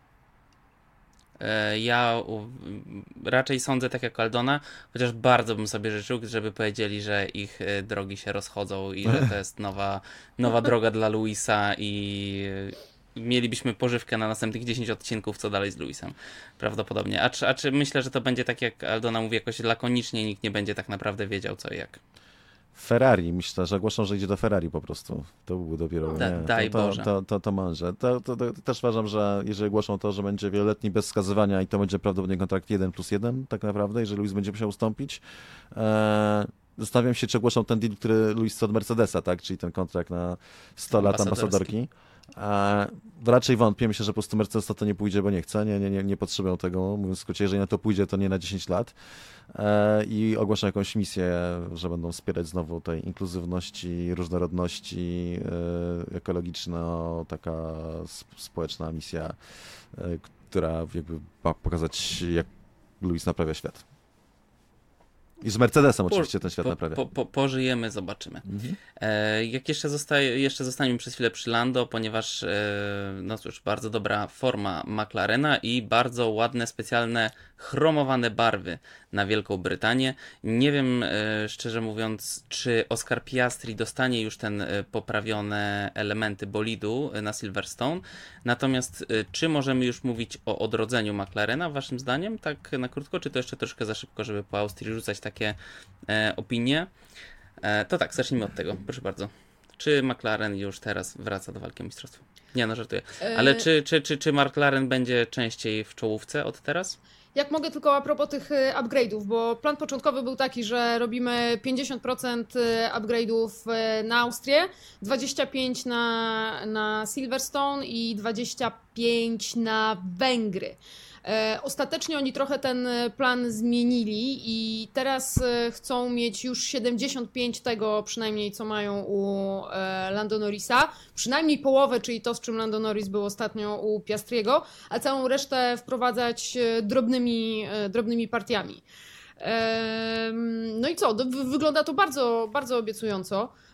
C: Ja raczej sądzę tak jak Aldona, chociaż bardzo bym sobie życzył, żeby powiedzieli, że ich drogi się rozchodzą i że to jest nowa droga dla Lewisa i mielibyśmy pożywkę na następnych 10 odcinków, co dalej z Lewisem. Prawdopodobnie. A czy myślę, że to będzie tak jak Aldona mówi, jakoś lakonicznie, nikt nie będzie tak naprawdę wiedział co i jak.
A: Ferrari, myślę, że ogłoszą, że idzie do Ferrari po prostu. To byłby dopiero,
C: Daj Boże.
A: To mądrze. To też uważam, że jeżeli ogłoszą to, że będzie wieloletni bez wskazywania i to będzie prawdopodobnie kontrakt 1+1 tak naprawdę, jeżeli Lewis będzie musiał ustąpić. Zastanawiam się, czy ogłoszą ten deal, który Lewis chce od Mercedesa, tak? Czyli ten kontrakt na 100 lat ambasadorki. Raczej wątpię, myślę, że po prostu Mercedes to nie pójdzie, bo nie chce, nie potrzebują tego, mówiąc w skrócie, jeżeli na to pójdzie, to nie na 10 lat i ogłoszą jakąś misję, że będą wspierać znowu tej inkluzywności, różnorodności, ekologiczna, taka społeczna misja, która jakby ma pokazać, jak Lewis naprawia świat. I z Mercedesem oczywiście ten świat naprawia.
C: Pożyjemy, zobaczymy. Jak jeszcze zostaniemy przez chwilę przy Lando, ponieważ no cóż, bardzo dobra forma McLarena i bardzo ładne, specjalne, chromowane barwy na Wielką Brytanię. Nie wiem, szczerze mówiąc, czy Oscar Piastri dostanie już ten poprawione elementy bolidu na Silverstone. Natomiast czy możemy już mówić o odrodzeniu McLarena, waszym zdaniem? Tak na krótko, czy to jeszcze troszkę za szybko, żeby po Austrii rzucać takie opinie? To tak, zacznijmy od tego, proszę bardzo. Czy McLaren już teraz wraca do walki o mistrzostwo? Nie, no żartuję. Ale czy McLaren będzie częściej w czołówce od teraz?
B: Jak mogę tylko a propos tych upgrade'ów, bo plan początkowy był taki, że robimy 50% upgrade'ów na Austrię, 25% na Silverstone i 25% na Węgry. Ostatecznie oni trochę ten plan zmienili i teraz chcą mieć już 75 tego przynajmniej, co mają u Lando Norrisa. Przynajmniej połowę, czyli to, z czym Lando Norris był ostatnio u Piastriego, a całą resztę wprowadzać drobnymi partiami. No i co? Wygląda to bardzo, bardzo obiecująco.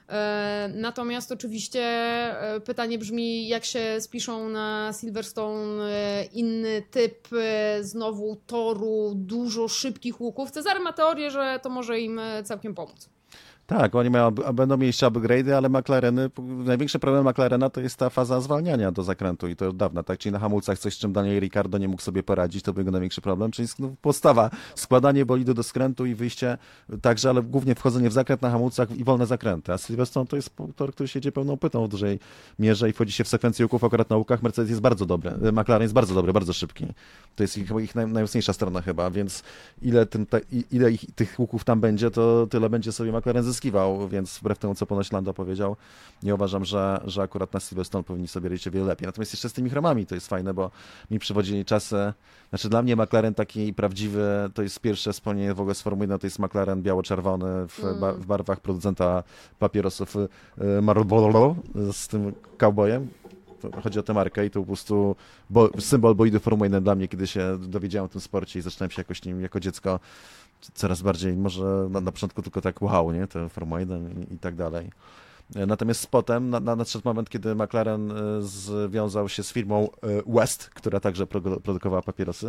B: Natomiast oczywiście pytanie brzmi, jak się spiszą na Silverstone inny typ znowu toru, dużo szybkich łuków. Cezary ma teorię, że to może im całkiem pomóc.
A: Tak, oni będą mieć upgrade'y, ale największy problem McLarena to jest ta faza zwalniania do zakrętu i to od dawna, tak? Czyli na hamulcach coś, z czym Daniel Ricciardo nie mógł sobie poradzić, to był jego największy problem, czyli podstawa, składanie bolidu do skrętu i wyjście także, ale głównie wchodzenie w zakręt na hamulcach i wolne zakręty. A Silverstone to jest tor, który się jedzie pełną pytą w dużej mierze i wchodzi się w sekwencję łuków akurat na łukach. Mercedes jest bardzo dobry, McLaren jest bardzo dobry, bardzo szybki. To jest ich najmocniejsza strona chyba, więc ile tych łuków tam będzie, to tyle będzie sobie McLaren zyskiwał, więc wbrew temu, co ponoć Lando powiedział, nie uważam, że akurat na Silverstone powinni sobie radzić o wiele lepiej. Natomiast jeszcze z tymi chromami to jest fajne, bo mi przywodzili czasy, znaczy dla mnie McLaren taki prawdziwy, to jest pierwsze wspomnienie w ogóle z Formuły 1, to jest McLaren biało-czerwony w barwach producenta papierosów Marlboro z tym cowboyem. Chodzi o tę markę i to po prostu symbol bolidu Formuły 1 dla mnie, kiedy się dowiedziałem o tym sporcie i zacząłem się jakoś nim jako dziecko coraz bardziej, może na początku tylko tak wow, nie, to Formuła 1 i tak dalej. Natomiast potem nadszedł moment, kiedy McLaren związał się z firmą West, która także produkowała papierosy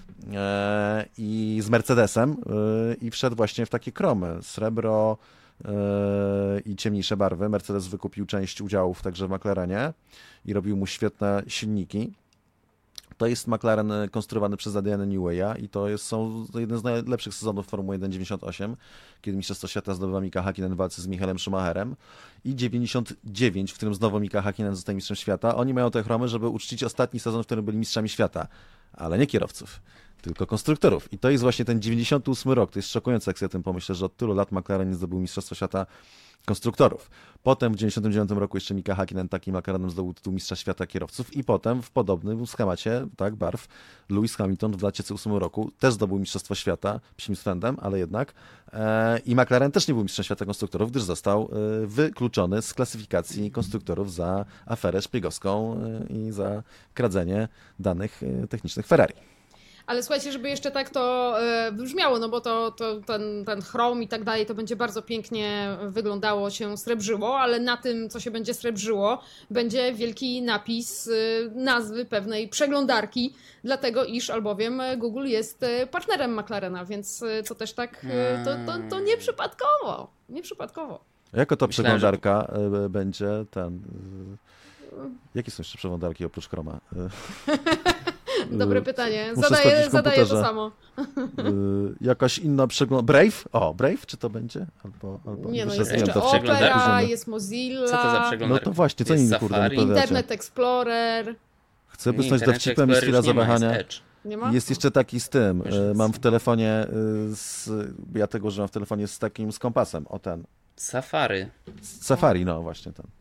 A: i z Mercedesem i wszedł właśnie w takie kromy, srebro i ciemniejsze barwy. Mercedes wykupił część udziałów także w McLarenie i robił mu świetne silniki. To jest McLaren konstruowany przez Adriana Neweya i to są jeden z najlepszych sezonów Formuły 1 98, kiedy Mistrzostwo Świata zdobywa Mika Häkkinen w walce z Michaelem Schumacherem i 99, w którym znowu Mika Häkkinen zostaje mistrzem świata. Oni mają te chromy, żeby uczcić ostatni sezon, w którym byli mistrzami świata, ale nie kierowców, tylko konstruktorów. I to jest właśnie ten 98 rok. To jest szokujące, jak sobie o tym pomyślę, że od tylu lat McLaren nie zdobył Mistrzostwa Świata konstruktorów. Potem w 99 roku jeszcze Mika Häkkinen takim McLarenem zdobył tytuł Mistrza Świata kierowców i potem w podobnym schemacie, tak, barw, Lewis Hamilton w 2008 roku też zdobył Mistrzostwo Świata psim swędem, ale jednak i McLaren też nie był Mistrzem Świata konstruktorów, gdyż został wykluczony z klasyfikacji konstruktorów za aferę szpiegowską i za kradzenie danych technicznych Ferrari.
B: Ale słuchajcie, żeby jeszcze tak to brzmiało, no bo ten chrom i tak dalej, to będzie bardzo pięknie wyglądało, się srebrzyło, ale na tym, co się będzie srebrzyło, będzie wielki napis nazwy pewnej przeglądarki, dlatego iż albowiem Google jest partnerem McLarena, więc to też tak, to nieprzypadkowo, nieprzypadkowo.
A: Jako to przeglądarka będzie ten... Jakie są jeszcze przeglądarki oprócz chroma?
B: Dobre pytanie.
A: Zadaję
B: to samo.
A: Jakaś inna przeglądarka. Brave? O, Brave? Czy to będzie? Albo
B: nie, no jest
A: nie
B: jeszcze Opera, jest Mozilla.
C: Co to za przeglądarka?
A: No to właśnie, co inni kurde
B: Internet Explorer.
A: Chcę bysnąć dowcipem, jest chwila zawahania.
B: Nie ma?
A: Jest jeszcze taki z tym. Mam w telefonie, ja tego używam w telefonie z takim, z kompasem. O ten. Safari, no właśnie ten.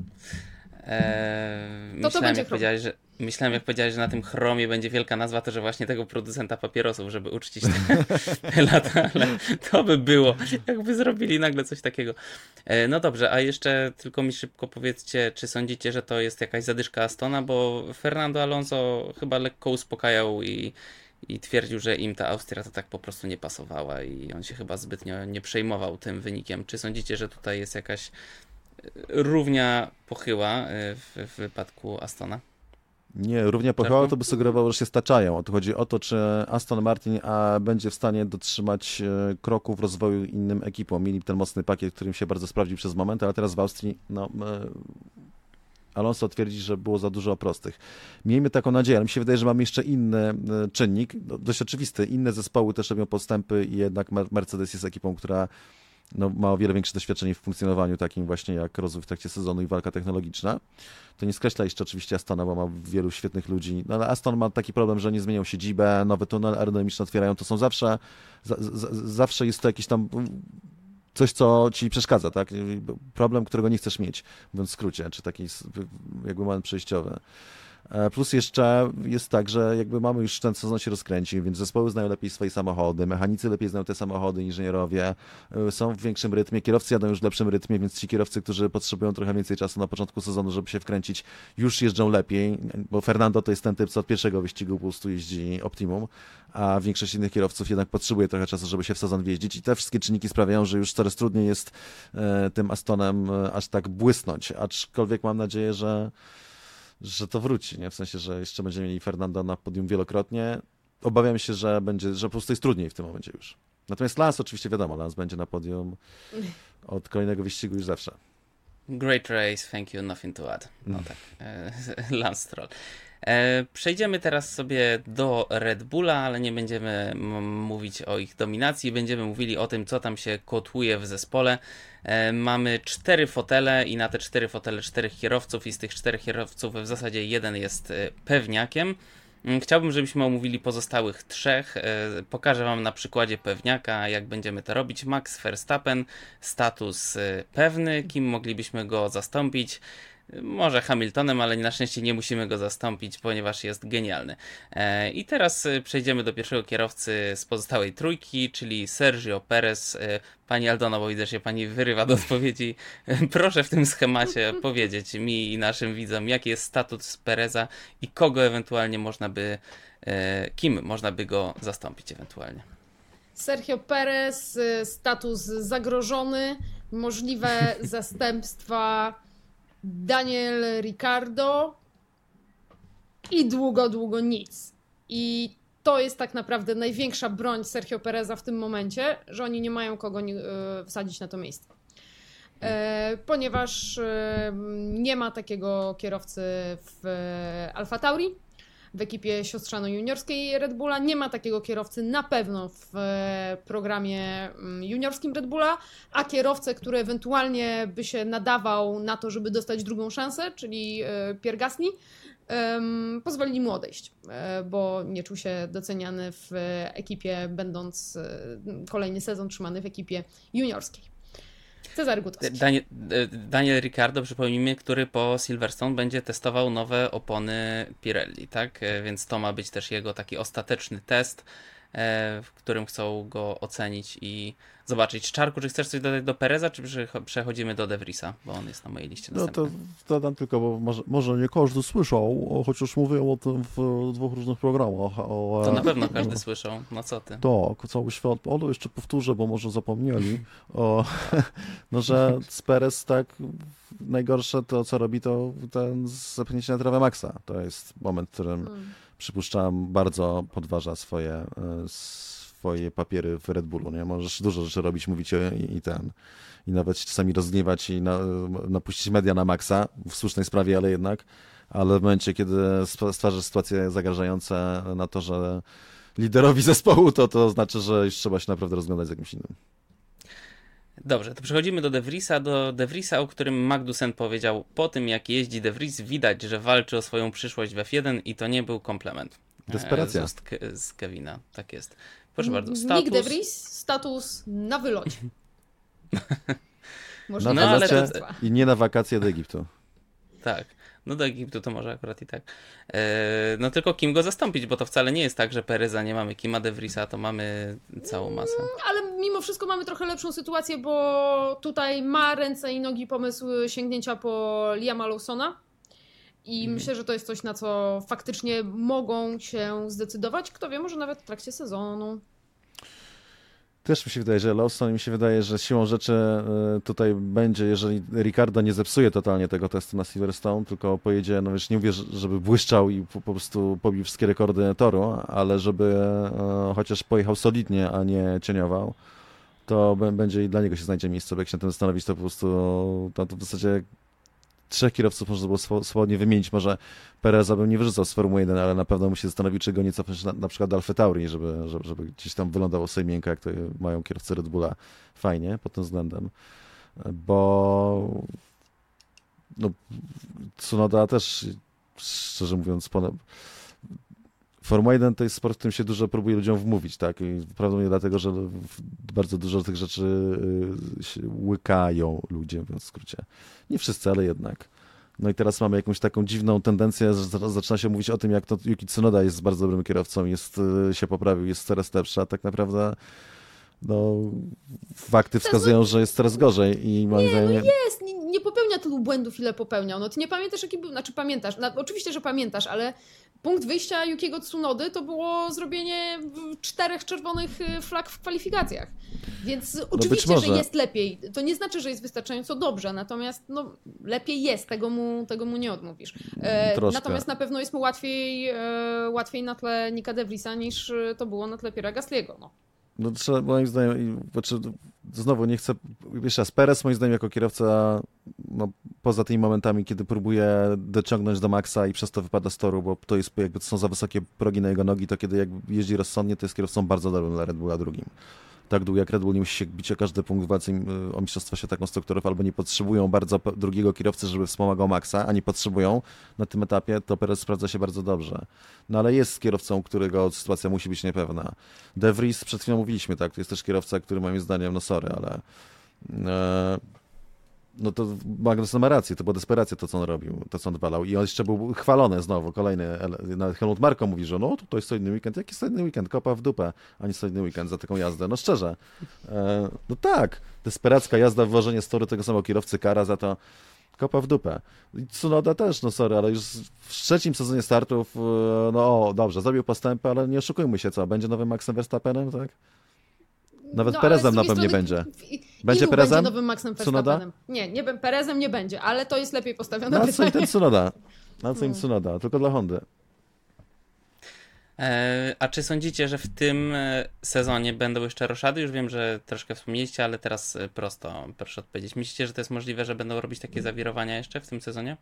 C: Myślałem, jak powiedziałeś, że na tym chromie będzie wielka nazwa, to że właśnie tego producenta papierosów, żeby uczcić te lata, ale to by było, jakby zrobili nagle coś takiego. No dobrze, a jeszcze tylko mi szybko powiedzcie, czy sądzicie, że to jest jakaś zadyszka Astona, bo Fernando Alonso chyba lekko uspokajał i twierdził, że im ta Austria to tak po prostu nie pasowała i on się chyba zbytnio nie przejmował tym wynikiem. Czy sądzicie, że tutaj jest jakaś równia pochyła w wypadku Astona?
A: Nie, równia pochyła to by sugerowało, że się staczają. Tu chodzi o to, czy Aston Martin będzie w stanie dotrzymać kroku w rozwoju innym ekipom. Mieli ten mocny pakiet, którym się bardzo sprawdził przez moment, ale teraz w Austrii Alonso twierdzi, że było za dużo prostych. Miejmy taką nadzieję, ale mi się wydaje, że mamy jeszcze inny czynnik, dość oczywisty. Inne zespoły też robią postępy i jednak Mercedes jest ekipą, która ma o wiele większe doświadczenie w funkcjonowaniu takim właśnie jak rozwój w trakcie sezonu i walka technologiczna. To nie skreśla jeszcze oczywiście Astona, bo ma wielu świetnych ludzi. No ale Aston ma taki problem, że nie zmienią siedzibę, nowy tunel aerodynamiczny otwierają. To są zawsze jest to jakiś tam coś, co ci przeszkadza, tak? Problem, którego nie chcesz mieć, mówiąc w skrócie, czy taki jakby moment przejściowy. Plus jeszcze jest tak, że jakby mamy już ten sezon się rozkręcił, więc zespoły znają lepiej swoje samochody, mechanicy lepiej znają te samochody, inżynierowie są w większym rytmie, kierowcy jadą już w lepszym rytmie, więc ci kierowcy, którzy potrzebują trochę więcej czasu na początku sezonu, żeby się wkręcić, już jeżdżą lepiej, bo Fernando to jest ten typ, co od pierwszego wyścigu po prostu jeździ optimum, a większość innych kierowców jednak potrzebuje trochę czasu, żeby się w sezon wjeździć i te wszystkie czynniki sprawiają, że już coraz trudniej jest tym Astonem aż tak błysnąć, aczkolwiek mam nadzieję, że to wróci, nie? W sensie, że jeszcze będziemy mieli Fernanda na podium wielokrotnie. Obawiam się, że po prostu jest trudniej w tym momencie już. Natomiast Lance oczywiście wiadomo, Lance będzie na podium od kolejnego wyścigu już zawsze.
C: Great race, thank you, nothing to add. No tak, Lance Stroll. Przejdziemy teraz sobie do Red Bulla, ale nie będziemy mówić o ich dominacji, będziemy mówili o tym, co tam się kotłuje w zespole. Mamy 4 fotele i na te 4 fotele 4 kierowców i z tych 4 kierowców w zasadzie jeden jest pewniakiem. Chciałbym, żebyśmy omówili pozostałych 3. Pokażę wam na przykładzie pewniaka, jak będziemy to robić. Max Verstappen, status pewny, kim moglibyśmy go zastąpić. Może Hamiltonem, ale na szczęście nie musimy go zastąpić, ponieważ jest genialny. I teraz przejdziemy do pierwszego kierowcy z pozostałej trójki, czyli Sergio Perez. Pani Aldona, bo widzę, że się pani wyrywa do odpowiedzi. Proszę w tym schemacie powiedzieć mi i naszym widzom, jaki jest status Pereza i kogo ewentualnie kim można by go zastąpić ewentualnie.
B: Sergio Perez, status zagrożony, możliwe zastępstwa Daniel Ricciardo i długo nic. I to jest tak naprawdę największa broń Sergio Pereza w tym momencie, że oni nie mają kogo wsadzić na to miejsce. Ponieważ nie ma takiego kierowcy w Alfa Tauri, w ekipie siostrzano-juniorskiej Red Bulla, nie ma takiego kierowcy na pewno w programie juniorskim Red Bulla, a kierowcę, który ewentualnie by się nadawał na to, żeby dostać drugą szansę, czyli Pierre Gasly, pozwolili mu odejść, bo nie czuł się doceniany w ekipie, będąc kolejny sezon trzymany w ekipie juniorskiej. Cezary Gutowski.
C: Daniel Ricciardo, przypomnijmy, który po Silverstone będzie testował nowe opony Pirelli, tak? Więc to ma być też jego taki ostateczny test, w którym chcą go ocenić i zobaczyć. Czarku, czy chcesz coś dodać do Pereza, czy przechodzimy do De Vriesa, bo on jest na mojej liście następny.
A: No to dodam tylko, bo może nie każdy słyszał, chociaż mówiłem o tym w 2 różnych programach.
C: To na pewno każdy słyszał, no co ty.
A: Tak, cały świat, ale jeszcze powtórzę, bo może zapomnieli, no że z Perez tak najgorsze to, co robi, to ten zepchnięcie na trawę Maxa. To jest moment, w którym przypuszczam, bardzo podważa swoje papiery w Red Bullu, nie? Możesz dużo rzeczy robić, mówić i nawet czasami rozgniewać i napuścić media na Maxa, w słusznej sprawie, ale w momencie, kiedy stwarzasz sytuacje zagrażające na to, że liderowi zespołu, to znaczy, że już trzeba się naprawdę rozglądać z jakimś innym.
C: Dobrze, to przechodzimy do De Vriesa, o którym Magnussen powiedział: po tym jak jeździ De Vries, widać, że walczy o swoją przyszłość w F1 i to nie był komplement.
A: Desperacja.
C: Z Kevina, tak jest. Proszę bardzo, status...
B: Nick De Vries, status na wylocie.
A: Może na wylocie i nie na wakacje do Egiptu.
C: Tak. No do Egiptu to może akurat i tak. No tylko kim go zastąpić, bo to wcale nie jest tak, że Pereza nie mamy, Kima De Vriesa to mamy całą masę.
B: Ale mimo wszystko mamy trochę lepszą sytuację, bo tutaj ma ręce i nogi pomysł sięgnięcia po Liama Lawsona i myślę, że to jest coś, na co faktycznie mogą się zdecydować. Kto wie, może nawet w trakcie sezonu.
A: Też mi się wydaje, że Lawson, mi się wydaje, że siłą rzeczy tutaj będzie, jeżeli Ricciardo nie zepsuje totalnie tego testu na Silverstone, tylko pojedzie, no już nie mówię, żeby błyszczał i po prostu pobił wszystkie rekordy toru, ale żeby chociaż pojechał solidnie, a nie cieniował, to będzie i dla niego się znajdzie miejsce, bo jak się na tym zastanowić, to po prostu to w zasadzie 3 kierowców można było swobodnie wymienić. Może Pereza bym nie wyrzucał z Formuły 1, ale na pewno musi zastanowić, czy go nie cofnąć na przykład do Alfa Tauri, żeby gdzieś tam wylądował sobie miękko, jak to mają kierowcy Red Bulla fajnie pod tym względem. Bo no, Tsunoda też, szczerze mówiąc, Formuła 1 to jest sport, w którym się dużo próbuje ludziom wmówić, tak? I prawdopodobnie dlatego, że bardzo dużo tych rzeczy się łykają ludzie, mówiąc w skrócie. Nie wszyscy, ale jednak. No i teraz mamy jakąś taką dziwną tendencję, że zaczyna się mówić o tym, jak to Yuki Tsunoda jest bardzo dobrym kierowcą, się poprawił, jest coraz lepszy, a tak naprawdę no, fakty wskazują, że jest coraz gorzej i moim zdaniem...
B: Jest, nie popełnia tylu błędów, ile popełniał. No ty nie pamiętasz, jaki był, znaczy pamiętasz, oczywiście, że pamiętasz, ale punkt wyjścia Yukiego Tsunody to było zrobienie 4 czerwonych flag w kwalifikacjach. Więc oczywiście, że jest lepiej. To nie znaczy, że jest wystarczająco dobrze, natomiast no, lepiej jest, tego mu nie odmówisz. Natomiast na pewno jest mu łatwiej na tle Nicka de Vriesa niż to było na tle Pierre'a Gasly'ego.
A: No trzeba, moim zdaniem, znowu nie chcę, jeszcze raz, Perez moim zdaniem jako kierowca, no, poza tymi momentami, kiedy próbuje dociągnąć do maksa i przez to wypada z toru, bo to jest jakby to są za wysokie progi na jego nogi, to kiedy jak jeździ rozsądnie, to jest kierowcą bardzo dobrym dla Red Bulla drugim. Tak długo jak Red Bull nie musi się bić o każdy punkt w walce o Mistrzostwo Świata Konstruktorów, albo nie potrzebują bardzo drugiego kierowcy, żeby wspomagał Maxa, a nie potrzebują na tym etapie, to Perez sprawdza się bardzo dobrze. No ale jest kierowcą, którego sytuacja musi być niepewna. De Vries, przed chwilą mówiliśmy, tak, to jest też kierowca, który moim zdaniem, no sorry, ale no to Magnussen ma rację, to była desperacja to, co on robił, to, co on odwalał. I on jeszcze był chwalony znowu, kolejny, nawet Helmut Marko mówi, że no to jest solidny weekend. Jaki solidny weekend? Kopa w dupę, a nie solidny weekend za taką jazdę. No szczerze. No tak, desperacka jazda, włożenie z toru tego samego kierowcy, kara za to, kopa w dupę. I Tsunoda też, no sorry, ale już w trzecim sezonie startów, no dobrze, zrobił postępy, ale nie oszukujmy się, co, będzie nowym Maxem Verstappenem, tak? Nawet Perezem na pewno nie będzie. Będzie Perezem?
B: Będzie nowym Maxem Verstappenem. Nie, Perezem nie będzie, ale to jest lepiej postawione pytanie.
A: Na co im ten Tsunoda? Na co im Tsunoda? Tylko dla Hondy.
C: A czy sądzicie, że w tym sezonie będą jeszcze roszady? Już wiem, że troszkę wspomnieliście, ale teraz proszę odpowiedzieć. Myślicie, że to jest możliwe, że będą robić takie zawirowania jeszcze w tym sezonie?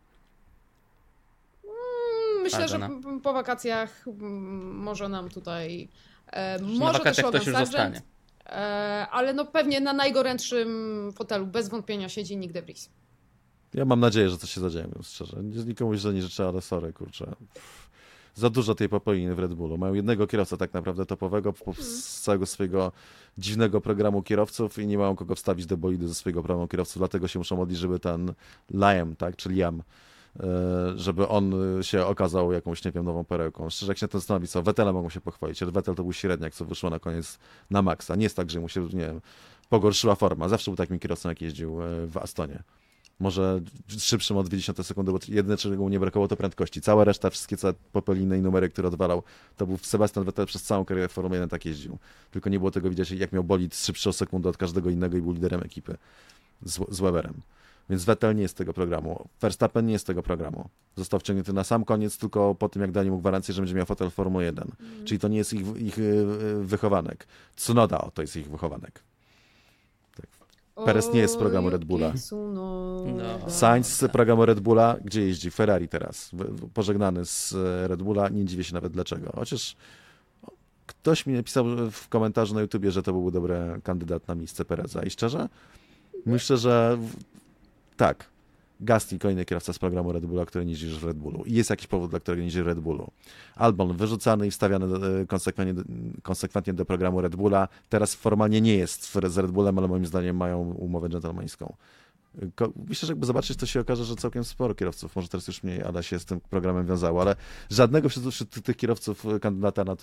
B: Myślę, że po wakacjach może nam tutaj...
C: Na wakacjach ktoś już zostanie.
B: Ale no pewnie na najgorętszym fotelu bez wątpienia siedzi Nick de Vries.
A: Ja mam nadzieję, że coś się zadzieje, szczerze. Nikomu źle nie życzę, ale sorry, kurczę. Za dużo tej popoliny w Red Bullu. Mają jednego kierowcę tak naprawdę topowego z całego swojego dziwnego programu kierowców i nie mają kogo wstawić do bolidu ze swojego programu kierowców, dlatego się muszą modlić, żeby ten Liam, tak, czyli Liam, żeby on się okazał jakąś, nie wiem, nową perełką. Szczerze, jak się na to zastanowi, co, Vettela mogą się pochwalić, ale Vettel to był średniak, co wyszło na koniec na maksa. Nie jest tak, że mu się, nie wiem, pogorszyła forma. Zawsze był takim kierowcą, jak jeździł w Astonie. Może szybszym o 0,2 sekundy, bo jedyne, czego mu nie brakowało, to prędkości. Cała reszta, wszystkie popeliny i numery, które odwalał, to był Sebastian Vettel przez całą karierę w Formule 1 tak jeździł. Tylko nie było tego widać, jak miał bolid szybszy o sekundę od każdego innego i był liderem ekipy z Weberem. Więc Vettel nie jest z tego programu. Verstappen nie jest z tego programu. Został wciągnięty na sam koniec, tylko po tym, jak dali mu gwarancję, że będzie miał fotel Formuły 1. Czyli to nie jest ich wychowanek. Tsunoda to jest ich wychowanek. Perez nie jest z programu Red Bulla. Sainz z programu Red Bulla, gdzie jeździ? Ferrari teraz. Pożegnany z Red Bulla, nie dziwię się nawet dlaczego. Chociaż ktoś mi napisał w komentarzu na YouTubie, że to byłby dobry kandydat na miejsce Pereza. I szczerze, myślę, że tak. Gasly, kolejny kierowca z programu Red Bulla, który nie jeździ w Red Bullu. I jest jakiś powód, dla którego nie jeździ w Red Bullu. Albon wyrzucany i wstawiany konsekwentnie do programu Red Bulla. Teraz formalnie nie jest z Red Bullem, ale moim zdaniem mają umowę dżentelmeńską. Myślę, że jakby zobaczyć, to się okaże, że całkiem sporo kierowców, może teraz już mniej, ale się z tym programem wiązało, ale żadnego wśród tych kierowców kandydata na to,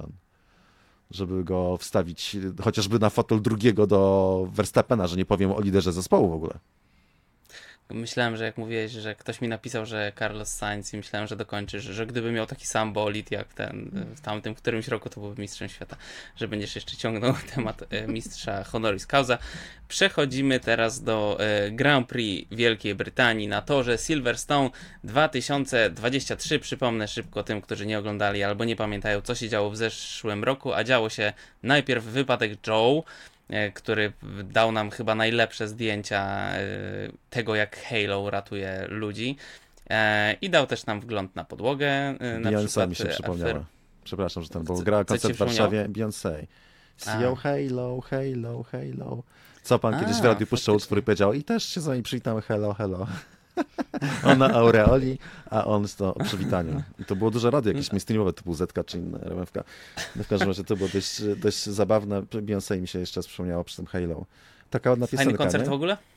A: żeby go wstawić chociażby na fotel drugiego do Verstappena, że nie powiem o liderze zespołu w ogóle.
C: Myślałem, że jak mówiłeś, że ktoś mi napisał, że Carlos Sainz i myślałem, że dokończysz, że gdyby miał taki sam bolid jak ten w tamtym którymś roku, to byłby mistrzem świata, że będziesz jeszcze ciągnął temat mistrza honoris causa. Przechodzimy teraz do Grand Prix Wielkiej Brytanii na torze Silverstone 2023. Przypomnę szybko tym, którzy nie oglądali albo nie pamiętają, co się działo w zeszłym roku, a działo się najpierw wypadek Joe, który dał nam chyba najlepsze zdjęcia tego, jak Halo ratuje ludzi i dał też nam wgląd na podłogę.
A: Beyoncé mi się przypomniała. Przepraszam, że bo grała koncert w Warszawie Beyoncé. See you Halo, Halo, Halo. Co pan kiedyś w radiu puszczał utwór i powiedział i też się z wami przywitamy, hello, hello. Ona aureoli, a on to o przywitaniu. I to było duże radio, jakieś mainstreamowe typu Zetka czy inne RMFK. No w każdym razie to było dość zabawne. Beyoncé mi się jeszcze raz przypomniało przy tym Halo. Taka ładna piosenka,
C: fajny koncert
A: nie?
C: w ogóle?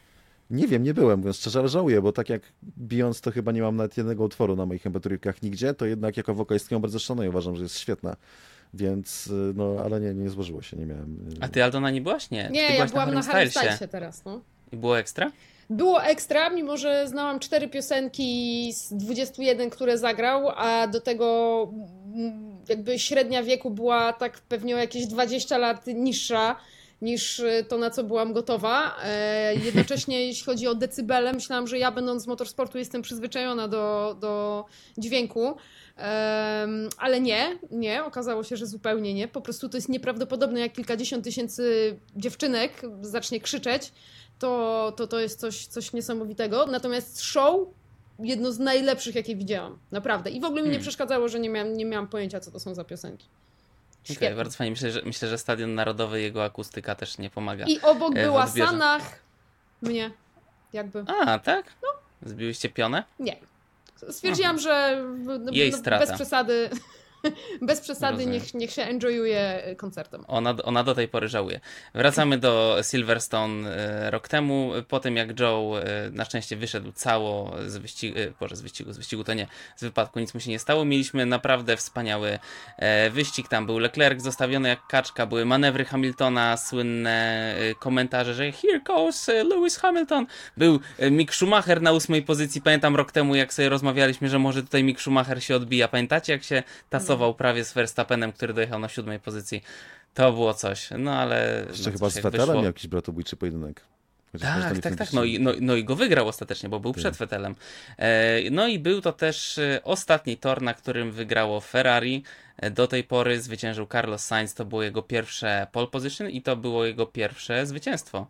A: Nie wiem, nie byłem, mówiąc szczerze, ale żałuję, bo tak jak Beyoncé to chyba nie mam nawet jednego utworu na moich MP3 nigdzie, to jednak jako wokalistkę ją bardzo szanuję, uważam, że jest świetna. Więc, no, ale nie złożyło się, nie miałem.
C: A ty, Aldona, nie byłaś? Nie,
B: Nie,
C: ty
B: ja
C: byłaś
B: byłam na Harry Stylesie teraz, no.
C: I było ekstra?
B: Było ekstra, mimo że znałam 4 piosenki z 21, które zagrał, a do tego jakby średnia wieku była tak pewnie o jakieś 20 lat niższa niż to, na co byłam gotowa. Jednocześnie jeśli chodzi o decybele, myślałam, że ja będąc z motorsportu jestem przyzwyczajona do dźwięku, ale nie, okazało się, że zupełnie nie. Po prostu to jest nieprawdopodobne, jak kilkadziesiąt tysięcy dziewczynek zacznie krzyczeć, to jest coś niesamowitego. Natomiast show jedno z najlepszych, jakie widziałam. Naprawdę. I w ogóle mi nie przeszkadzało, że nie miałam pojęcia, co to są za piosenki.
C: Okej, bardzo fajnie. Myślę, że Stadion Narodowy, jego akustyka też nie pomaga.
B: I obok była
C: w odbiorze.
B: Sanach. Mnie. Jakby.
C: A, tak? No. Zbiłyście pionę?
B: Nie. Stwierdziłam, że
C: Jej strata.
B: bez przesady
C: Rozumiem.
B: niech się enjoyuje koncertem.
C: Ona do tej pory żałuje. Wracamy do Silverstone rok temu, po tym jak Joe na szczęście wyszedł cało z wyścigu to nie, z wypadku nic mu się nie stało. Mieliśmy naprawdę wspaniały wyścig, tam był Leclerc zostawiony jak kaczka, były manewry Hamiltona, słynne komentarze, że here goes Lewis Hamilton. Był Mick Schumacher na 8. pozycji, pamiętam rok temu jak sobie rozmawialiśmy, że może tutaj Mick Schumacher się odbija. Pamiętacie jak się tasował prawie z Verstappenem, który dojechał na 7. pozycji. To było coś. No ale...
A: Jeszcze
C: no,
A: chyba
C: cóż,
A: z
C: jak
A: Vettelem
C: wyszło...
A: miał jakiś bratobójczy pojedynek.
C: Tak. No i go wygrał ostatecznie, bo był przed Vettelem. No i był to też ostatni tor, na którym wygrało Ferrari. Do tej pory zwyciężył Carlos Sainz. To było jego pierwsze pole position i to było jego pierwsze zwycięstwo.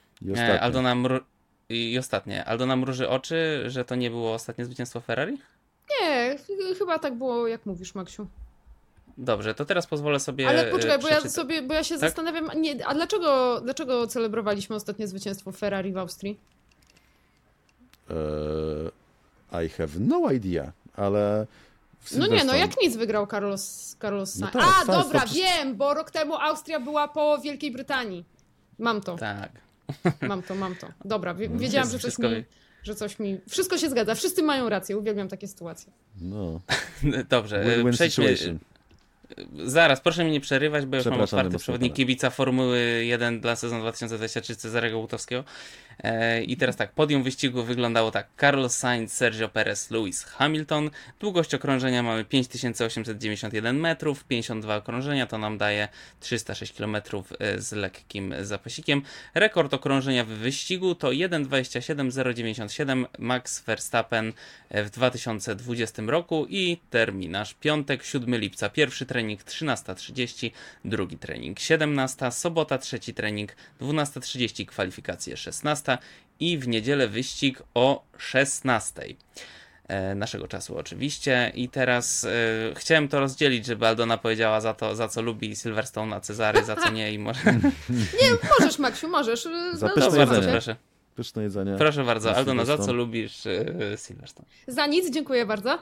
C: I ostatnie. Aldona mruży oczy, że to nie było ostatnie zwycięstwo Ferrari?
B: Nie, chyba tak było, jak mówisz, Maksiu.
C: Dobrze, to teraz pozwolę sobie.
B: Ale poczekaj, bo ja się
C: tak?
B: zastanawiam, a dlaczego celebrowaliśmy ostatnie zwycięstwo Ferrari w Austrii?
A: I have no idea, ale...
B: jak nic wygrał Carlos Sainz.
A: No tak,
B: dobra, wiem, bo rok temu Austria była po Wielkiej Brytanii. Mam to.
C: Tak.
B: Mam to. Dobra, wiedziałam, że coś mi... Wszystko się zgadza, wszyscy mają rację, uwielbiam takie sytuacje.
A: No.
C: Dobrze,
A: Win-win
C: przejdźmy...
A: situation.
C: Zaraz, proszę mnie nie przerywać, bo już mam otwarty
A: mocno
C: przewodnik
A: pana.
C: kibica Formuły 1 dla sezonu 2023 Cezarego Łutowskiego. I teraz tak, podium wyścigu wyglądało tak. Carlos Sainz, Sergio Perez, Lewis Hamilton. Długość okrążenia mamy 5891 metrów, 52 okrążenia, to nam daje 306 km z lekkim zapasikiem. Rekord okrążenia w wyścigu to 1:27.097 Max Verstappen w 2020 roku i terminarz piątek, 7 lipca. Pierwszy trening 13:30, drugi trening 17, sobota trzeci trening 12:30, kwalifikacje 16 i w niedzielę wyścig o 16. Naszego czasu oczywiście. I teraz chciałem to rozdzielić, żeby Aldona powiedziała za co lubi Silverstone, a Cezary za co nie i może...
B: Nie, możesz, Maksiu, możesz.
A: Za
C: No,
A: pyszne
C: bardzo
A: jedzenie.
C: proszę.
A: Pyszne jedzenie.
C: Proszę bardzo,
A: na
C: Aldona, za co
A: Silverstone.
C: lubisz Silverstone?
B: Za nic, dziękuję bardzo.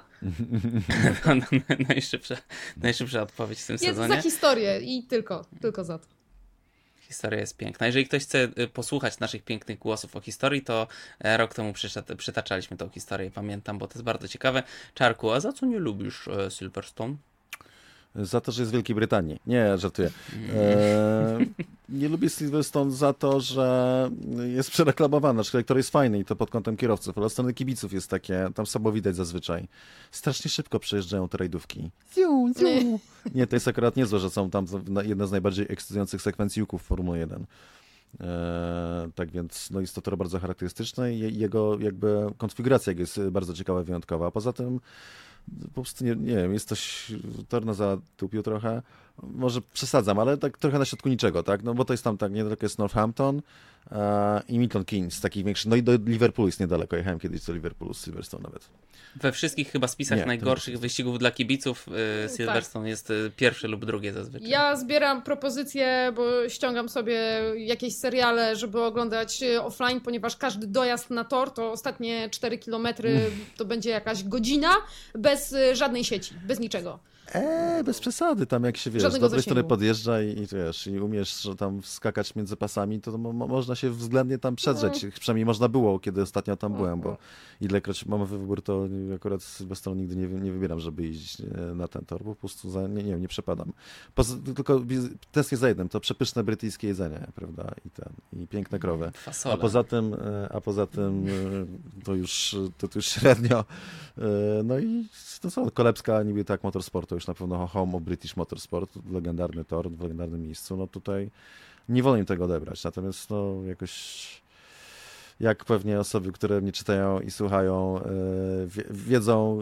C: Najszybsza odpowiedź w tym
B: Nie,
C: sezonie.
B: za historię i tylko za to.
C: Historia jest piękna. Jeżeli ktoś chce posłuchać naszych pięknych głosów o historii, to rok temu przytaczaliśmy tą historię, pamiętam, bo to jest bardzo ciekawe. Czarku, a za co nie lubisz Silverstone?
A: Za to, że jest z Wielkiej Brytanii. Nie, żartuję. Nie lubię Silverstone za to, że jest przereklamowana, aczkolwiek tor jest fajny i to pod kątem kierowców, ale od strony kibiców jest takie, tam słabo widać zazwyczaj. Strasznie szybko przejeżdżają te rajdówki. Nie, to jest akurat niezłe, że są tam jedna z najbardziej ekscytujących sekwencji juków w Formule 1. Tak więc no jest to tor bardzo charakterystyczny i jego jakby konfiguracja jest bardzo ciekawa, wyjątkowa. A poza tym po prostu nie wiem, jest coś, tor na zatupiu trochę, może przesadzam, ale tak trochę na środku niczego, tak, no bo to jest tam tak, niedaleko jest Northampton i Milton Keynes, takich większych, no i do Liverpoolu jest niedaleko, jechałem kiedyś do Liverpoolu z Silverstone nawet.
C: We wszystkich chyba spisach najgorszych wyścigów dla kibiców Silverstone jest pierwsze lub drugie zazwyczaj.
B: Ja zbieram propozycje, bo ściągam sobie jakieś seriale, żeby oglądać offline, ponieważ każdy dojazd na tor to ostatnie 4 kilometry to będzie jakaś godzina bez żadnej sieci, bez niczego.
A: Bez przesady, tam jak się, wiesz, z
B: Żadnego
A: dobrej strony
B: zasięgu.
A: podjeżdża i wiesz, i umiesz że tam skakać między pasami, to można się względnie tam przedrzeć. Przynajmniej można było, kiedy ostatnio tam byłem, bo ilekroć mamy wybór, to akurat Sylwestrą nigdy nie wybieram, żeby jeździć na ten tor, bo po prostu nie przepadam. Tylko tęsknię za jednym, to przepyszne brytyjskie jedzenie, prawda, i piękne krowy.
C: Fasole.
A: A poza tym to już średnio. No i to co, kolebska niby tak motorsportu, już na pewno home of British Motorsport, legendarny tor w legendarnym miejscu, no tutaj nie wolno im tego odebrać, natomiast no jakoś jak pewnie osoby, które mnie czytają i słuchają, wiedzą,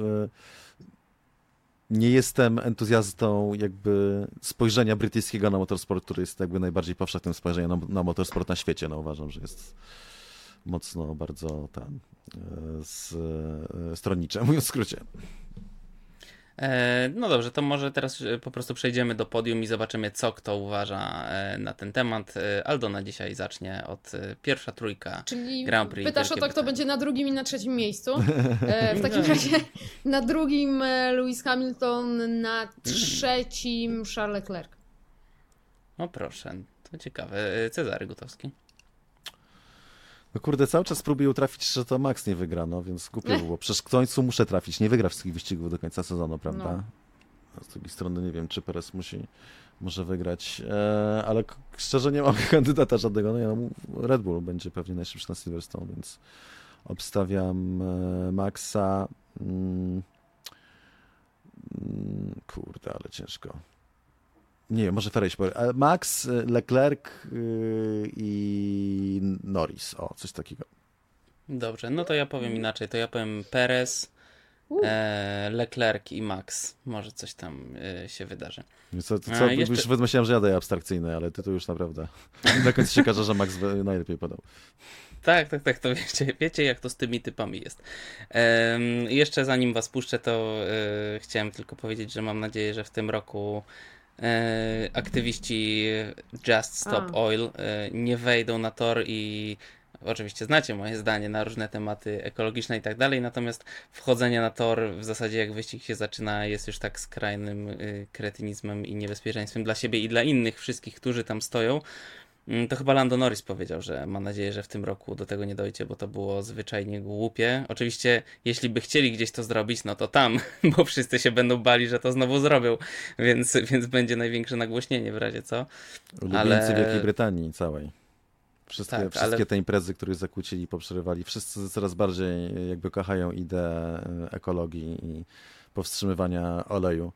A: nie jestem entuzjastą jakby spojrzenia brytyjskiego na motorsport, który jest jakby najbardziej powszechnym spojrzeniem na motorsport na świecie. No uważam, że jest mocno bardzo stronnicze, mówiąc w skrócie.
C: No dobrze, to może teraz po prostu przejdziemy do podium i zobaczymy, co kto uważa na ten temat. Aldona dzisiaj zacznie od pierwsza trójka
B: Czyli
C: Grand Prix.
B: pytasz o to,
C: Wielkiej
B: kto będzie na drugim i na trzecim miejscu. W takim razie na drugim Lewis Hamilton, na trzecim Charles Leclerc.
C: No proszę, to ciekawe. Cezary Gutowski.
A: No kurde, cały czas próbuję trafić, że to Max nie wygra, no więc głupio było. Przecież w końcu muszę trafić, nie wygra wszystkich wyścigów do końca sezonu, prawda?
B: No.
A: A z drugiej strony nie wiem, czy Perez może wygrać, ale szczerze nie mam kandydata żadnego. No ja mam Red Bull będzie pewnie najszybszy na Silverstone, więc obstawiam Maxa. Kurde, ale ciężko. Nie wiem, może Ferrari się powie. Max, Leclerc i Norris. O, coś takiego.
C: Dobrze, no to ja powiem inaczej. To ja powiem Perez, Leclerc i Max. Może coś tam się wydarzy.
A: Już wymyślałem, że ja daję abstrakcyjne, ale ty to już naprawdę. Na końcu się okaże, że Max najlepiej podał.
C: Tak, to wiecie jak to z tymi typami jest. Jeszcze zanim was puszczę, to chciałem tylko powiedzieć, że mam nadzieję, że w tym roku aktywiści Just Stop Oil nie wejdą na tor i oczywiście znacie moje zdanie na różne tematy ekologiczne i tak dalej, natomiast wchodzenie na tor w zasadzie jak wyścig się zaczyna jest już tak skrajnym kretynizmem i niebezpieczeństwem dla siebie i dla innych wszystkich, którzy tam stoją. To chyba Lando Norris powiedział, że ma nadzieję, że w tym roku do tego nie dojdzie, bo to było zwyczajnie głupie. Oczywiście, jeśli by chcieli gdzieś to zrobić, no to tam, bo wszyscy się będą bali, że to znowu zrobią, więc będzie największe nagłośnienie w razie co.
A: Ulubieńcy Wielkiej Brytanii całej. Wszystkie
C: ale...
A: te imprezy, które zakłócili, poprzerywali, wszyscy coraz bardziej jakby kochają ideę ekologii i powstrzymywania oleju.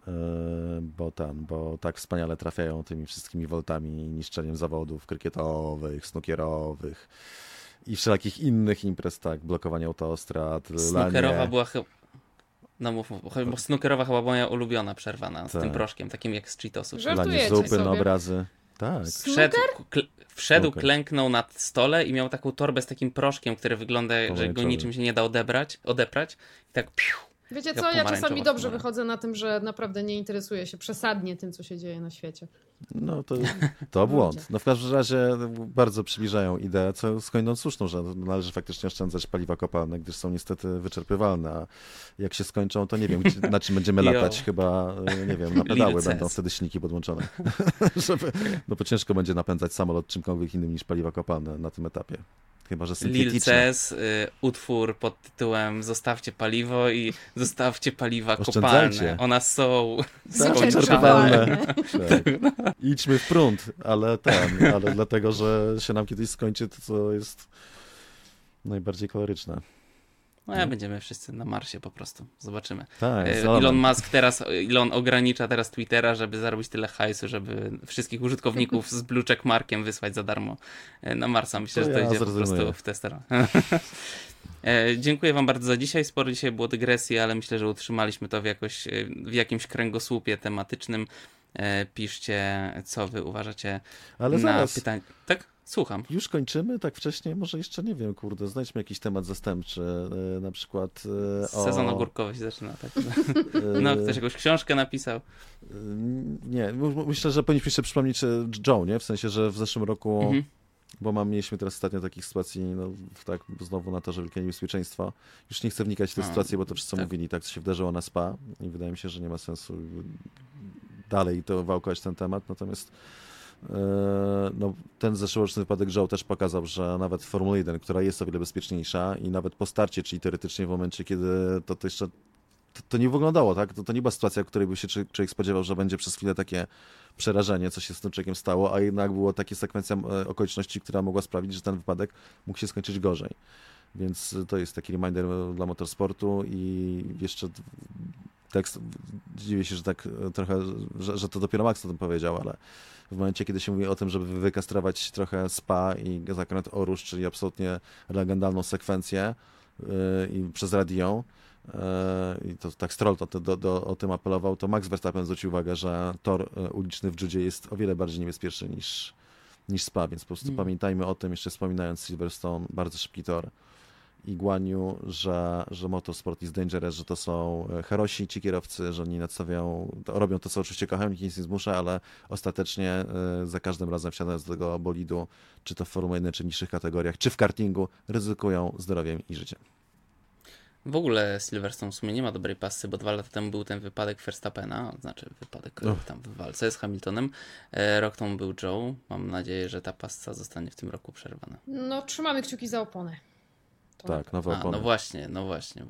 A: Bo tak wspaniale trafiają tymi wszystkimi woltami, niszczeniem zawodów krykietowych, snookerowych i wszelakich innych imprez, tak, blokowanie autostrad,
C: snookerowa była snookerowa chyba była moja ulubiona przerwana z tym proszkiem, takim jak z Cheetosów.
A: lanie zupy na obrazy. Tak.
C: Wszedł, klęknął na stole i miał taką torbę z takim proszkiem, który wygląda, że go niczym się nie da odeprać. I tak
B: Wiecie co, ja czasami dobrze wychodzę na tym, że naprawdę nie interesuję się przesadnie tym, co się dzieje na świecie.
A: No to błąd. No w każdym razie bardzo przybliżają ideę, co skądinąd słuszną, że należy faktycznie oszczędzać paliwa kopalne, gdyż są niestety wyczerpywalne, a jak się skończą, to nie wiem, na czym będziemy latać. Chyba, nie wiem, na pedały będą wtedy silniki podłączone. No bo ciężko będzie napędzać samolot czymkolwiek innym niż paliwa kopalne na tym etapie. Chyba że
C: Lil Ces, utwór pod tytułem Zostawcie paliwo i zostawcie paliwa kopalne. One są
A: wyczerpywalne. Tak. Idźmy w prąd, ale dlatego, że się nam kiedyś skończy to, co jest najbardziej koloryczne.
C: No będziemy wszyscy na Marsie po prostu. Zobaczymy.
A: Tak,
C: Elon Musk Elon ogranicza teraz Twittera, żeby zarobić tyle hajsu, żeby wszystkich użytkowników z blue check markiem wysłać za darmo na Marsa. Myślę, że to idzie po prostu w tę stronę. Dziękuję wam bardzo za dzisiaj. Sporo dzisiaj było dygresji, ale myślę, że utrzymaliśmy to w jakimś kręgosłupie tematycznym. Piszcie, co wy uważacie na pytania. Tak? Słucham.
A: Już kończymy? Tak wcześnie? Może jeszcze nie wiem, kurde, znajdźmy jakiś temat zastępczy, na przykład
C: Sezon ogórkowy się zaczyna, tak? No, ktoś jakąś książkę napisał?
A: Nie, myślę, że powinniśmy jeszcze przypomnieć Joe, nie? W sensie, że w zeszłym roku bo mieliśmy teraz ostatnio takich sytuacji, no tak, znowu na torze wielkie niebezpieczeństwo. Już nie chcę wnikać w tę sytuację, bo to wszyscy mówili, tak, co się wydarzyło na Spa i wydaje mi się, że nie ma sensu dalej to wałkować ten temat, natomiast no, ten zeszłoroczny wypadek Zhou też pokazał, że nawet w Formule 1, która jest o wiele bezpieczniejsza i nawet po starcie, czyli teoretycznie w momencie, kiedy to jeszcze to nie wyglądało, tak? To nie była sytuacja, w której by się człowiek spodziewał, że będzie przez chwilę takie przerażenie, co się z tym człowiekiem stało, a jednak była taka sekwencja okoliczności, która mogła sprawić, że ten wypadek mógł się skończyć gorzej. Więc to jest taki reminder dla motorsportu i jeszcze tekst, dziwię się, że tak trochę, że to dopiero Max o tym powiedział, ale w momencie, kiedy się mówi o tym, żeby wykastrować trochę Spa i zakręt Oruż, czyli absolutnie legendarną sekwencję i przez radio, i to tak Stroll o tym apelował, to Max Verstappen zwrócił uwagę, że tor uliczny w judzie jest o wiele bardziej niebezpieczny niż Spa, więc po prostu pamiętajmy o tym, jeszcze wspominając Silverstone, bardzo szybki tor i Guanyu, że motorsport is dangerous, że to są herosi ci kierowcy, że oni robią to, co oczywiście kochają, nikt nic nie zmusza, ale ostatecznie za każdym razem wsiadając do tego bolidu, czy to w Formule 1, czy w niższych kategoriach, czy w kartingu, ryzykują zdrowiem i życiem.
C: W ogóle Silverstone w sumie nie ma dobrej pasy, bo 2 lata temu był ten wypadek Verstappena, znaczy wypadek tam w walce z Hamiltonem. Rok temu był Zhou. Mam nadzieję, że ta pasa zostanie w tym roku przerwana.
B: No, trzymamy kciuki za oponę.
A: Tak, nowe opony.
C: No właśnie.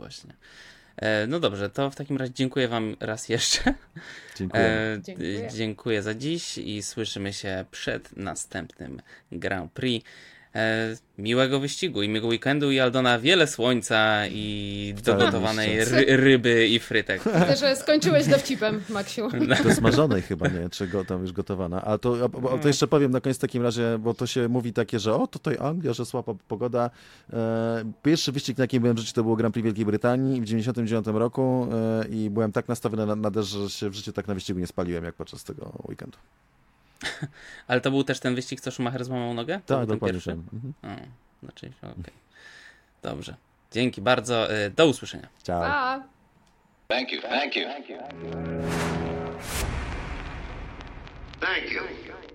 C: No dobrze, to w takim razie dziękuję wam raz jeszcze.
A: Dziękuję.
C: Dziękuję za dziś i słyszymy się przed następnym Grand Prix. Miłego wyścigu i miłego weekendu i Aldona wiele słońca i dogotowanej ryby i frytek.
B: Widzę, że skończyłeś dowcipem, Maksiu.
A: Do smażonej chyba, nie? Czy tam już gotowana. A to jeszcze powiem na koniec w takim razie, bo to się mówi takie, że tutaj Anglia, że słaba pogoda. Pierwszy wyścig, na jakim byłem w życiu, to było Grand Prix Wielkiej Brytanii w 1999 roku i byłem tak nastawiony na deszcz, że się w życiu tak na wyścigu nie spaliłem, jak podczas tego weekendu.
C: Ale to był też ten wyścig, co Schumacher złamał nogę?
A: Tak, dokładnie.
C: Pierwszy? Znaczy, okej. Dobrze. Dzięki bardzo. Do usłyszenia.
A: Ciao.
B: Pa!
E: Thank you. Thank you.